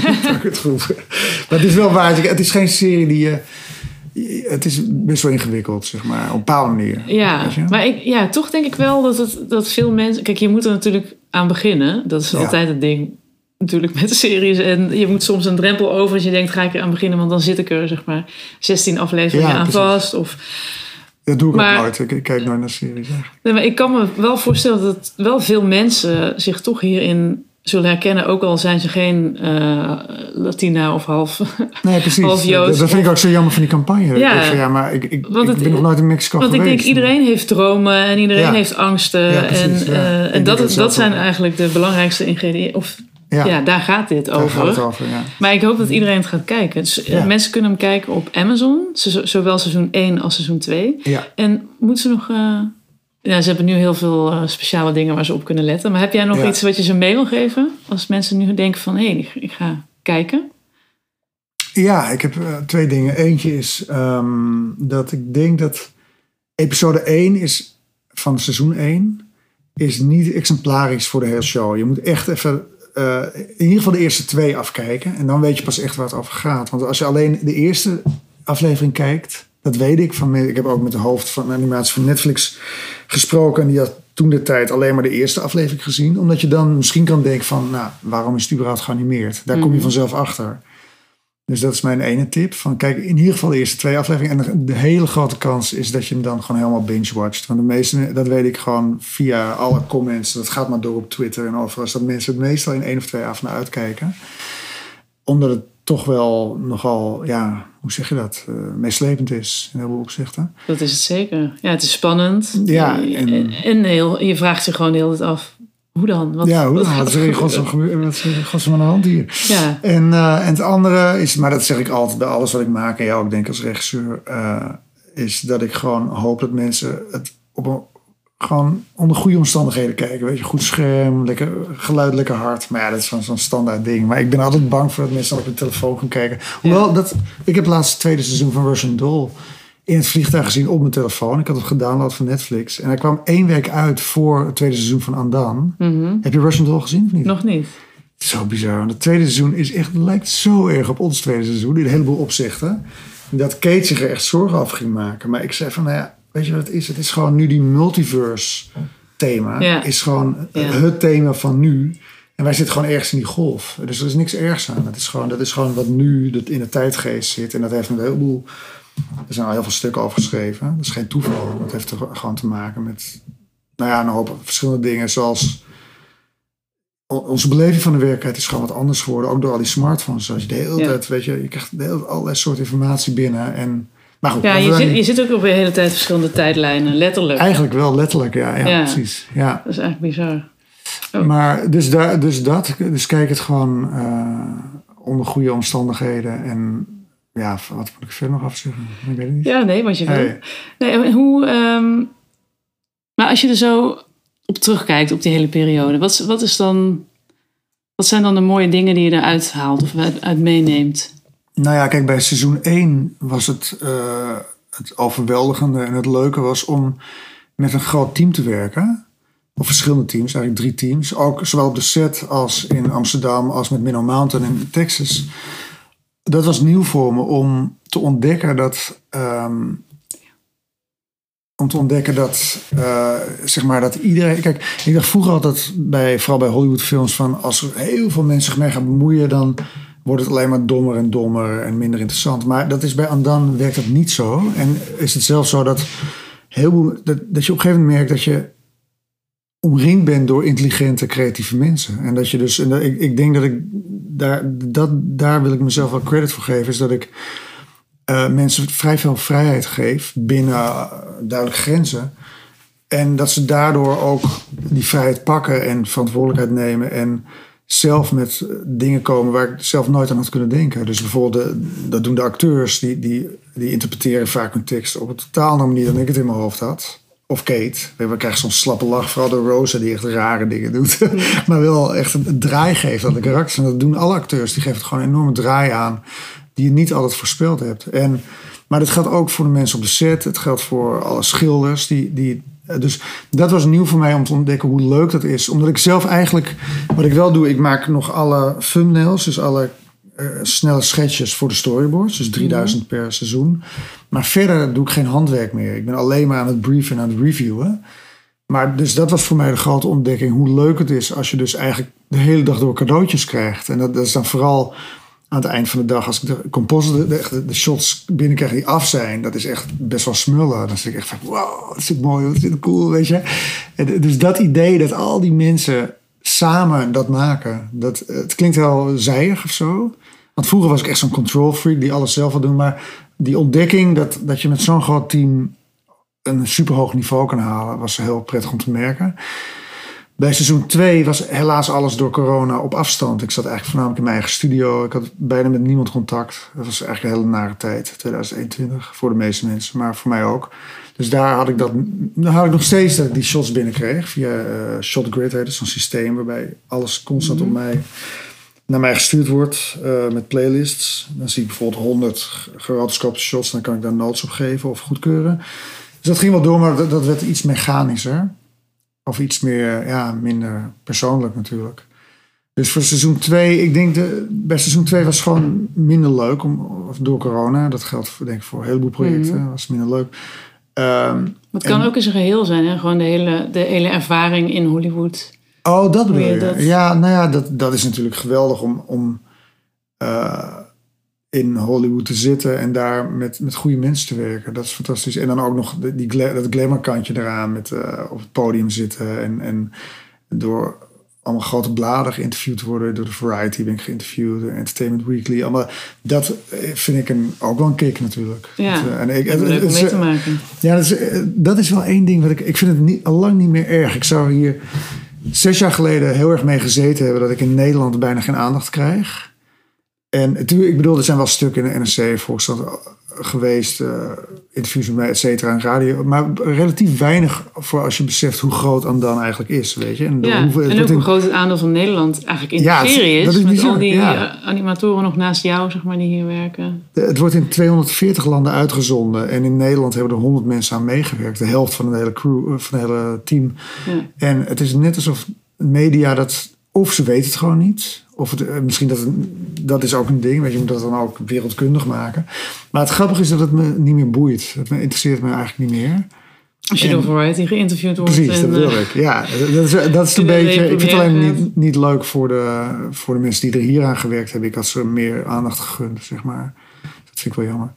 Maar het is wel waar. Het is geen serie die je... Het is best wel ingewikkeld, zeg maar, op een bepaalde manier. Ja, weet je? Maar ik, ja, toch denk ik wel dat, het, dat veel mensen... Kijk, je moet er natuurlijk aan beginnen. Dat is ja. altijd het ding, natuurlijk, met de series. En je moet soms een drempel over als je denkt, ga ik er aan beginnen? Want dan zit ik er, zeg maar, zestien afleveringen ja, aan precies. vast. Of, dat doe ik maar, ook nooit. Ik, ik kijk nooit naar series eigenlijk. Nee, maar ik kan me wel voorstellen dat wel veel mensen zich toch hierin zullen herkennen, ook al zijn ze geen uh, Latina of half, nee, precies. half Joods. Dat vind ik ook zo jammer van die campagne. Ja, ik, van, ja maar ik, ik, want ik het, ben nog nooit in Mexico want geweest. Want ik denk, iedereen heeft dromen en iedereen ja. heeft angsten. Ja, precies, en ja. uh, en dat, dat, dat zijn eigenlijk de belangrijkste ingrediënten. Of ja. ja, daar gaat dit daar over. Gaat het over ja. Maar ik hoop dat iedereen het gaat kijken. Dus ja. mensen kunnen hem kijken op Amazon. Zowel seizoen één als seizoen twee. Ja. En moeten ze nog... Uh, ja, ze hebben nu heel veel uh, speciale dingen waar ze op kunnen letten. Maar heb jij nog ja. iets wat je ze mee wil geven? Als mensen nu denken van, hé, hey, ik, ik ga kijken. Ja, ik heb uh, twee dingen. Eentje is um, dat ik denk dat episode één is van seizoen één... is niet exemplarisch voor de hele show. Je moet echt even uh, in ieder geval de eerste twee afkijken. En dan weet je pas echt waar het over gaat. Want als je alleen de eerste aflevering kijkt... Dat weet ik. Van, ik heb ook met de hoofd van animatie van Netflix gesproken. En die had toen de tijd alleen maar de eerste aflevering gezien. Omdat je dan misschien kan denken van... Nou, waarom is het überhaupt geanimeerd? Daar kom je vanzelf achter. Dus dat is mijn ene tip. Van, kijk, in ieder geval de eerste twee afleveringen. En de, de hele grote kans is dat je hem dan gewoon helemaal binge-watcht. Want de meeste, dat weet ik gewoon via alle comments. Dat gaat maar door op Twitter en overal. Dat mensen het meestal in één of twee avonden uitkijken. Omdat het toch wel nogal, ja, hoe zeg je dat, uh, meeslepend is in heel veel opzichten. Dat is het zeker. Ja, het is spannend. Ja, en, en heel, je vraagt je gewoon de hele tijd af, hoe dan? Wat, ja, hoe dan? Wat, wat is er in godsnaam gebeuren? Wat is er in godsnaam aan de hand hier? Ja. En, uh, en het andere is, maar dat zeg ik altijd bij alles wat ik maak en jou ook denk als regisseur, uh, is dat ik gewoon hoop dat mensen het op een gewoon onder goede omstandigheden kijken. Weet je, goed scherm, lekker geluid, lekker hard. Maar ja, dat is zo'n, zo'n standaard ding. Maar ik ben altijd bang voor dat mensen op hun telefoon gaan kijken. Hoewel, ja. dat, ik heb laatst het tweede seizoen van Russian Doll in het vliegtuig gezien op mijn telefoon. Ik had het gedownload van Netflix. En hij kwam één week uit voor het tweede seizoen van Andan. Mm-hmm. Heb je Russian Doll gezien of niet? Nog niet. Zo bizar. Want het tweede seizoen is echt, lijkt zo erg op ons tweede seizoen. In een heleboel opzichten. Dat Kate zich er echt zorgen af ging maken. Maar ik zei van, nou ja, weet je wat het is? Het is gewoon nu die multiverse thema. Ja. Is gewoon ja. het thema van nu. En wij zitten gewoon ergens in die golf. Dus er is niks ergs aan. Dat is gewoon, dat is gewoon wat nu in de tijdgeest zit. En dat heeft een heleboel... Er zijn al heel veel stukken over geschreven. Dat is geen toeval. Dat heeft er gewoon te maken met... Nou ja, een hoop verschillende dingen. Zoals... Onze beleving van de werkelijkheid is gewoon wat anders geworden. Ook door al die smartphones. Zoals je de hele ja. tijd, weet je... Je krijgt de hele, allerlei soorten informatie binnen. En, maar goed. Ja, je zit, je zit ook op de hele tijd verschillende tijdlijnen. Letterlijk. Eigenlijk wel letterlijk, ja. Ja, ja. Precies. Ja. Dat is eigenlijk bizar. Oh. Maar dus, daar, dus dat. Dus kijk het gewoon uh, onder goede omstandigheden. En ja, wat moet ik verder nog afzeggen? Ik weet het niet. Ja, nee, wat je wil. Hey. Nee, hoe... Um, maar als je er zo... op terugkijkt op die hele periode. Wat, wat, is dan, wat zijn dan de mooie dingen die je eruit haalt of uit, uit meeneemt? Nou ja, kijk, bij seizoen één was het, uh, het overweldigende en het leuke was om met een groot team te werken. Of verschillende teams, eigenlijk drie teams. Ook zowel op de set als in Amsterdam als met Minnow Mountain in Texas. Dat was nieuw voor me om te ontdekken dat... Um, Om te ontdekken dat, uh, zeg maar, dat iedereen... Kijk, ik dacht vroeger altijd, bij, vooral bij Hollywoodfilms... van als er heel veel mensen zich mee gaan bemoeien... dan wordt het alleen maar dommer en dommer en minder interessant. Maar dat is bij Andan werkt dat niet zo. En is het zelfs zo dat, heel, dat, dat je op een gegeven moment merkt... dat je omringd bent door intelligente, creatieve mensen. En dat je dus... En dat, ik, ik denk dat ik... Daar, dat, daar wil ik mezelf wel credit voor geven... is dat ik... Uh, mensen vrij veel vrijheid geef binnen uh, duidelijke grenzen. En dat ze daardoor ook die vrijheid pakken en verantwoordelijkheid nemen. En zelf met dingen komen waar ik zelf nooit aan had kunnen denken. Dus bijvoorbeeld, de, dat doen de acteurs. Die, die, die interpreteren vaak hun tekst op een totaal andere manier dan ik het in mijn hoofd had. Of Kate. We krijgen zo'n slappe lach. Vooral door Rosa die echt rare dingen doet. Maar wel echt een draai geeft aan de karakters. En dat doen alle acteurs. Die geven het gewoon een enorme draai aan. Die je niet altijd voorspeld hebt. En, maar dat geldt ook voor de mensen op de set. Het geldt voor alle schilders. Die, die, dus dat was nieuw voor mij om te ontdekken hoe leuk dat is. Omdat ik zelf eigenlijk... Wat ik wel doe, ik maak nog alle thumbnails. Dus alle uh, snelle sketches voor de storyboards. Dus drieduizend mm-hmm. per seizoen. Maar verder doe ik geen handwerk meer. Ik ben alleen maar aan het briefen en aan het reviewen. Maar dus dat was voor mij de grote ontdekking. Hoe leuk het is als je dus eigenlijk de hele dag door cadeautjes krijgt. En dat, dat is dan vooral... Aan het eind van de dag, als ik de composite, de, de, de shots binnenkrijg die af zijn, dat is echt best wel smullen. Dan zit ik echt van, wow, dat zit mooi, dat zit cool, weet je. En dus dat idee dat al die mensen samen dat maken, dat, het klinkt wel zijig of zo. Want vroeger was ik echt zo'n control freak die alles zelf wil doen. Maar die ontdekking dat, dat je met zo'n groot team een superhoog niveau kan halen, was heel prettig om te merken. Bij seizoen twee was helaas alles door corona op afstand. Ik zat eigenlijk voornamelijk in mijn eigen studio. Ik had bijna met niemand contact. Dat was eigenlijk een hele nare tijd, twintig eenentwintig, voor de meeste mensen. Maar voor mij ook. Dus daar had ik dat. Dan had ik nog steeds dat ik die shots binnenkreeg. Via uh, ShotGrid, dat is zo'n systeem waarbij alles constant mm-hmm. op mij, naar mij gestuurd wordt. Uh, met playlists. Dan zie ik bijvoorbeeld honderd gerotoscoopte shots. Dan kan ik daar notes op geven of goedkeuren. Dus dat ging wel door, maar dat, dat werd iets mechanischer. Of iets meer, ja, minder persoonlijk natuurlijk. Dus voor seizoen twee, ik denk de, bij seizoen twee was het gewoon minder leuk om, door corona. Dat geldt voor, denk ik voor een heleboel projecten. Mm-hmm. Was minder leuk. Um, het kan en, ook in zijn geheel zijn, hè? Gewoon de hele, de hele ervaring in Hollywood. Oh, dat bedoel je? Dat... Ja, nou ja, dat, dat is natuurlijk geweldig om, om uh, in Hollywood te zitten en daar met, met goede mensen te werken. Dat is fantastisch. En dan ook nog die, die, dat glamourkantje eraan met uh, op het podium zitten en, en door allemaal grote bladen geïnterviewd te worden. Door de Variety ben ik geïnterviewd, Entertainment Weekly. Allemaal, dat vind ik een, ook wel een kick natuurlijk. Ja, dat, uh, en ik, het, leuk om mee te maken. Ja, dat is, dat is wel één ding wat ik... Ik vind het niet, al lang niet meer erg. Ik zou hier zes jaar geleden heel erg mee gezeten hebben dat ik in Nederland bijna geen aandacht krijg. En natuurlijk, ik bedoel, er zijn wel stukken in de N R C Volkskrant geweest, uh, interviews met mij, et cetera, en radio. Maar relatief weinig voor als je beseft hoe groot Andan eigenlijk is, weet je. En, ja, hoeveel, en ook in, hoe groot het aandeel van Nederland eigenlijk in ja, de serie is. Dat is met bizar, al die ja. animatoren nog naast jou, zeg maar, die hier werken. De, het wordt in tweehonderdveertig landen uitgezonden. En in Nederland hebben er honderd mensen aan meegewerkt. De helft van de hele crew, van het hele team. Ja. En het is net alsof media dat... Of ze weten het gewoon niet. Of het, misschien dat het, dat is ook een ding. Weet je, je moet dat dan ook wereldkundig maken. Maar het grappige is dat het me niet meer boeit. Het me interesseert me eigenlijk niet meer. Als je en, door Variety geïnterviewd wordt. Precies, en, dat wil ik. Ja, dat is, dat is een beetje... Ik vind het alleen niet, niet leuk voor de, voor de mensen die er hier aan gewerkt hebben. Ik had ze meer aandacht gegund, zeg maar. Dat vind ik wel jammer.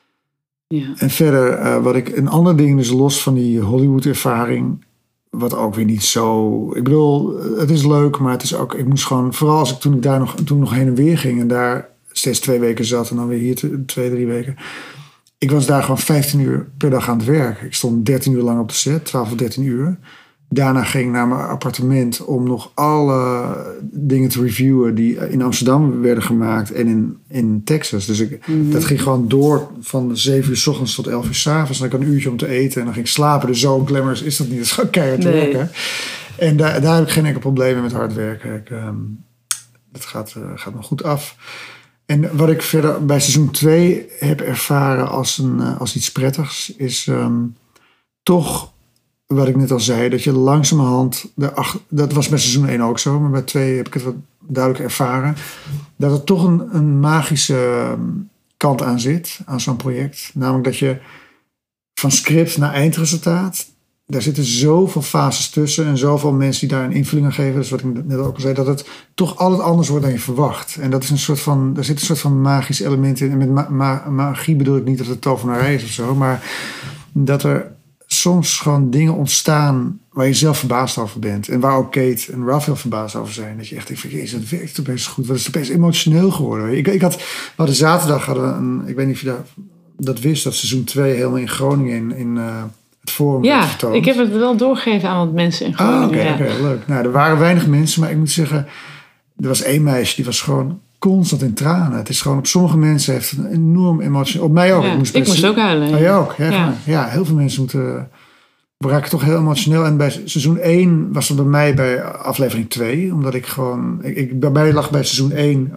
Ja. En verder, uh, wat ik... Een ander ding is los van die Hollywood-ervaring... Wat ook weer niet zo... Ik bedoel, het is leuk, maar het is ook... Ik moest gewoon... Vooral als ik toen ik daar nog, toen nog heen en weer ging... en daar steeds twee weken zat... en dan weer hier twee, drie weken... Ik was daar gewoon vijftien uur per dag aan het werk. Ik stond dertien uur lang op de set, twaalf of dertien uur. Daarna ging ik naar mijn appartement... om nog alle dingen te reviewen... die in Amsterdam werden gemaakt... en in, in Texas. Dus ik, mm-hmm. dat ging gewoon door van zeven uur 's ochtends tot elf uur 's avonds. Dan had ik een uurtje om te eten en dan ging ik slapen. Dus zo glamorous is dat niet. Dat is gewoon keihard te nee. werken. En daar, daar heb ik geen enkel probleem met hard werken. Ik, um, dat gaat, uh, gaat me goed af. En wat ik verder bij seizoen twee heb ervaren als, een, uh, als iets prettigs... is um, toch... Wat ik net al zei, dat je langzamerhand... De ach, dat was bij seizoen één ook zo, maar bij twee heb ik het wat duidelijk ervaren... dat er toch een, een magische kant aan zit, aan zo'n project. Namelijk dat je van script naar eindresultaat... daar zitten zoveel fases tussen en zoveel mensen die daar een invulling aan geven. Dat is wat ik net ook al zei, dat het toch altijd anders wordt dan je verwacht. En dat is een soort van, daar zit een soort van magisch element in. En met ma- ma- magie bedoel ik niet dat het tovenarij is of zo, maar dat er... soms gewoon dingen ontstaan waar je zelf verbaasd over bent. En waar ook Kate en Ralph heel verbaasd over zijn. Dat je echt denkt, jezus, dat werkt toch best goed. Wat is het opeens emotioneel geworden. Ik, ik had, we hadden zaterdag, hadden we een, ik weet niet of je dat, dat wist, dat seizoen twee helemaal in Groningen in, in uh, het Forum ja, werd vertoond. Ik heb het wel doorgegeven aan wat mensen in Groningen. Ah, oké, okay, ja. okay, leuk. Nou, er waren weinig mensen, maar ik moet zeggen, er was één meisje die was gewoon constant in tranen. Het is gewoon op sommige mensen heeft het een enorm emotie. Op mij ook. Ja, ik moest, ik moest ook huilen. Oh, jij ook? Ja, ja. ja, heel veel mensen moeten... We raken toch heel emotioneel. En bij seizoen één was het bij mij bij aflevering twee. Omdat ik gewoon... Ik, ik, bij mij lag bij seizoen één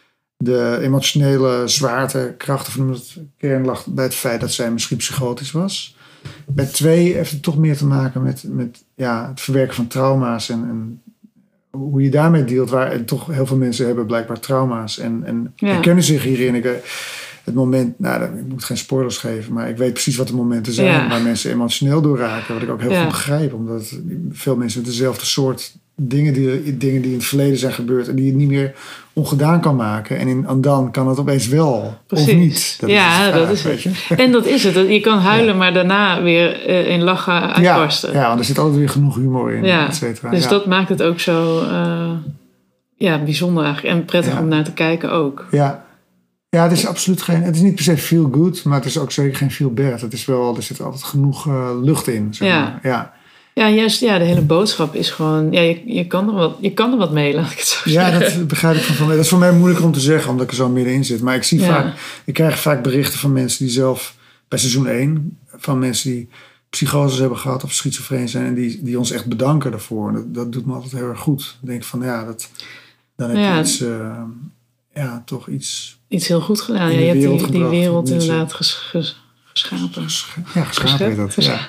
de emotionele zwaartekracht, of noem het kern, lag bij het feit dat zij misschien psychotisch was. Bij twee heeft het toch meer te maken met, met ja, het verwerken van trauma's en, en hoe je daarmee dealt. Waar en toch heel veel mensen hebben blijkbaar trauma's en, en ja. herkennen zich hierin. Ik, het moment, nou, ik moet geen spoilers geven, maar ik weet precies wat de momenten zijn ja. waar mensen emotioneel door raken. Wat ik ook heel ja. goed begrijp, omdat veel mensen met dezelfde soort dingen die, dingen die in het verleden zijn gebeurd en die je niet meer ongedaan kan maken. En in Andan kan het opeens wel, precies. Of niet. Dat ja, is vraag, dat is het. En dat is het. Je kan huilen, ja. maar daarna weer uh, in lachen uitbarsten. Ja, ja, want er zit altijd weer genoeg humor in, ja. et cetera. Dus ja. dat maakt het ook zo uh, ja, bijzonder eigenlijk. En prettig ja. om naar te kijken ook. Ja. Ja, het is absoluut geen... Het is niet per se feel good, maar het is ook zeker geen feel bad. Het is wel, er zit altijd genoeg uh, lucht in, zeg ja. maar. Ja. Ja, juist, ja, de hele boodschap is gewoon... Ja, je, je, kan er wat, je kan er wat mee, laat ik het zo ja, zeggen. Ja, dat begrijp ik van van. Dat is voor mij moeilijker om te zeggen, omdat ik er zo middenin zit. Maar ik zie ja. vaak... Ik krijg vaak berichten van mensen die zelf... Bij seizoen één, van mensen die psychoses hebben gehad of schizofreen zijn... en die, die ons echt bedanken daarvoor. En dat, dat doet me altijd heel erg goed. Dan denk ik van, ja, dat, dan heb ja. je iets... Uh, ja, toch iets... Iets heel goed gedaan. Ja, je hebt die, die wereld inderdaad ges, ges, geschapen. Ja, geschapen heet dat. Ja.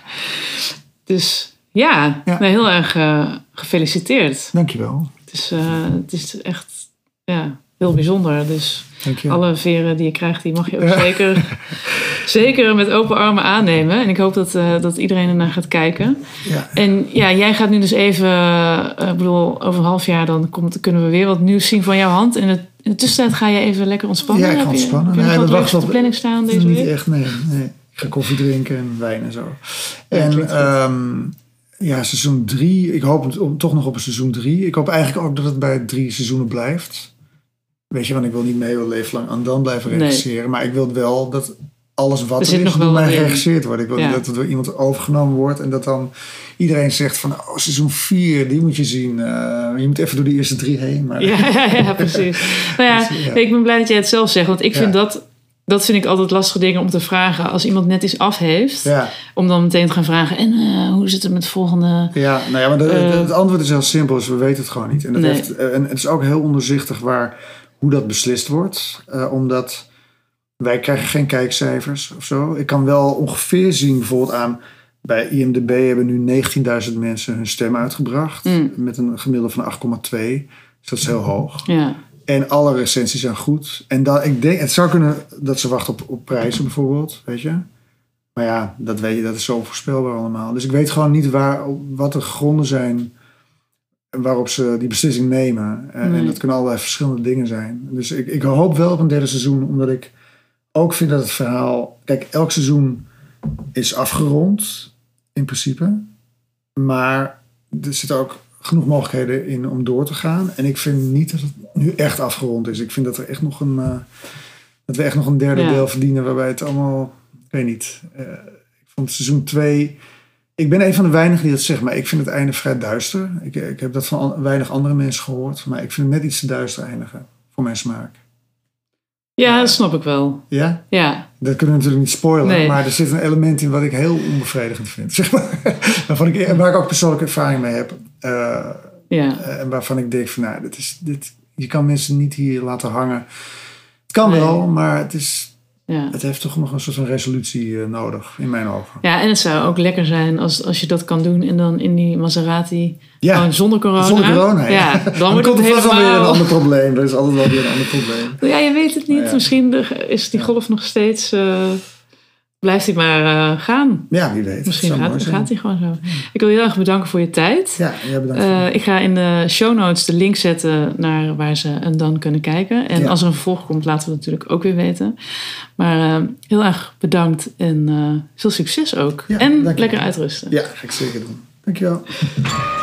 Dus ja, ja. Nou, heel erg uh, gefeliciteerd. Dankjewel. Het is, uh, het is echt ja, heel bijzonder. Dus alle veren die je krijgt, die mag je ook ja. zeker, zeker met open armen aannemen. En ik hoop dat, uh, dat iedereen ernaar gaat kijken. Ja. En ja, jij gaat nu dus even... Ik uh, bedoel, over een half jaar dan komt, kunnen we weer wat nieuws zien van jouw hand. En het in de tussentijd ga je even lekker ontspannen. Ja, ik ga ontspannen. Heb je, heb je nee, nog wat op de planning staan deze niet week? Niet echt, nee, nee. Ik ga koffie drinken en wijn en zo. Ja, en um, ja, seizoen drie. Ik hoop het, toch nog op een seizoen drie. Ik hoop eigenlijk ook dat het bij drie seizoenen blijft. Weet je, want ik wil niet mijn hele leven lang aan dan blijven regisseren. Nee. Maar ik wil wel dat alles wat er, er is door mij geregisseerd wordt. Ik wil ja. dat het door iemand overgenomen wordt. En dat dan iedereen zegt van... Oh, seizoen vier, die moet je zien. Uh, je moet even door die eerste drie heen. Maar... Ja, ja, ja, precies. Nou ja, dus, ja. Ik ben blij dat jij het zelf zegt. Want ik vind ja. dat... Dat vind ik altijd lastige dingen om te vragen. Als iemand net iets af heeft. Ja. Om dan meteen te gaan vragen. En uh, hoe zit het met het volgende? Ja, nou ja, maar de, uh, het antwoord is heel simpel. Dus we weten het gewoon niet. En, dat nee. heeft, en het is ook heel onderzichtig waar, hoe dat beslist wordt. Uh, omdat wij krijgen geen kijkcijfers of zo. Ik kan wel ongeveer zien bijvoorbeeld aan... Bij I M D B hebben nu negentienduizend mensen hun stem uitgebracht. Mm. Met een gemiddelde van acht komma twee. Dus dat is heel hoog. Ja. En alle recensies zijn goed. En dat, ik denk, het zou kunnen dat ze wachten op, op prijzen bijvoorbeeld, weet je. Maar ja, dat weet je, dat is zo voorspelbaar allemaal. Dus ik weet gewoon niet waar, wat de gronden zijn waarop ze die beslissing nemen. En, nee. en dat kunnen allerlei verschillende dingen zijn. Dus ik, ik hoop wel op een derde seizoen, omdat ik ook vind dat het verhaal... Kijk, elk seizoen is afgerond, in principe. Maar er zitten ook genoeg mogelijkheden in om door te gaan. En ik vind niet dat het nu echt afgerond is. Ik vind dat er echt nog een... Uh, dat we echt nog een derde ja. deel verdienen, waarbij het allemaal... Ik weet niet. Uh, ik vond seizoen twee... Ik ben een van de weinigen die dat zegt, maar ik vind het einde vrij duister. Ik, ik heb dat van an, weinig andere mensen gehoord. Maar ik vind het net iets te duister eindigen, voor mijn smaak. Ja, dat snap ik wel. Ja? Ja. Dat kunnen we natuurlijk niet spoilen, nee. Maar er zit een element in wat ik heel onbevredigend vind. Zeg maar. Waarvan ik, waar ik ook persoonlijke ervaring mee heb. Uh, ja. En waarvan ik denk van, nou, dit is, dit, je kan mensen niet hier laten hangen. Het kan nee. wel, maar het is... Ja. Het heeft toch nog een soort van resolutie uh, nodig, in mijn ogen. Ja, en het zou ook lekker zijn als, als je dat kan doen en dan in die Maserati, ja. gewoon zonder corona. Zonder corona, ja. ja dan, dan wordt komt het er vast helemaal... wel weer een ander probleem. Er is altijd wel weer een ander probleem. Ja, je weet het niet. Ja. Misschien is die golf nog steeds... Uh, blijft hij maar uh, gaan. Ja, wie weet. Misschien gaat, gaat hij gewoon zo. Ik wil je heel erg bedanken voor je tijd. Ja, jij bedankt. Uh, ik ga in de show notes de link zetten naar waar ze en dan kunnen kijken. En ja. als er een vervolg komt, laten we het natuurlijk ook weer weten. Maar uh, heel erg bedankt en uh, veel succes ook. Ja, en lekker uitrusten. Ja, ga ik zeker doen. Dankjewel.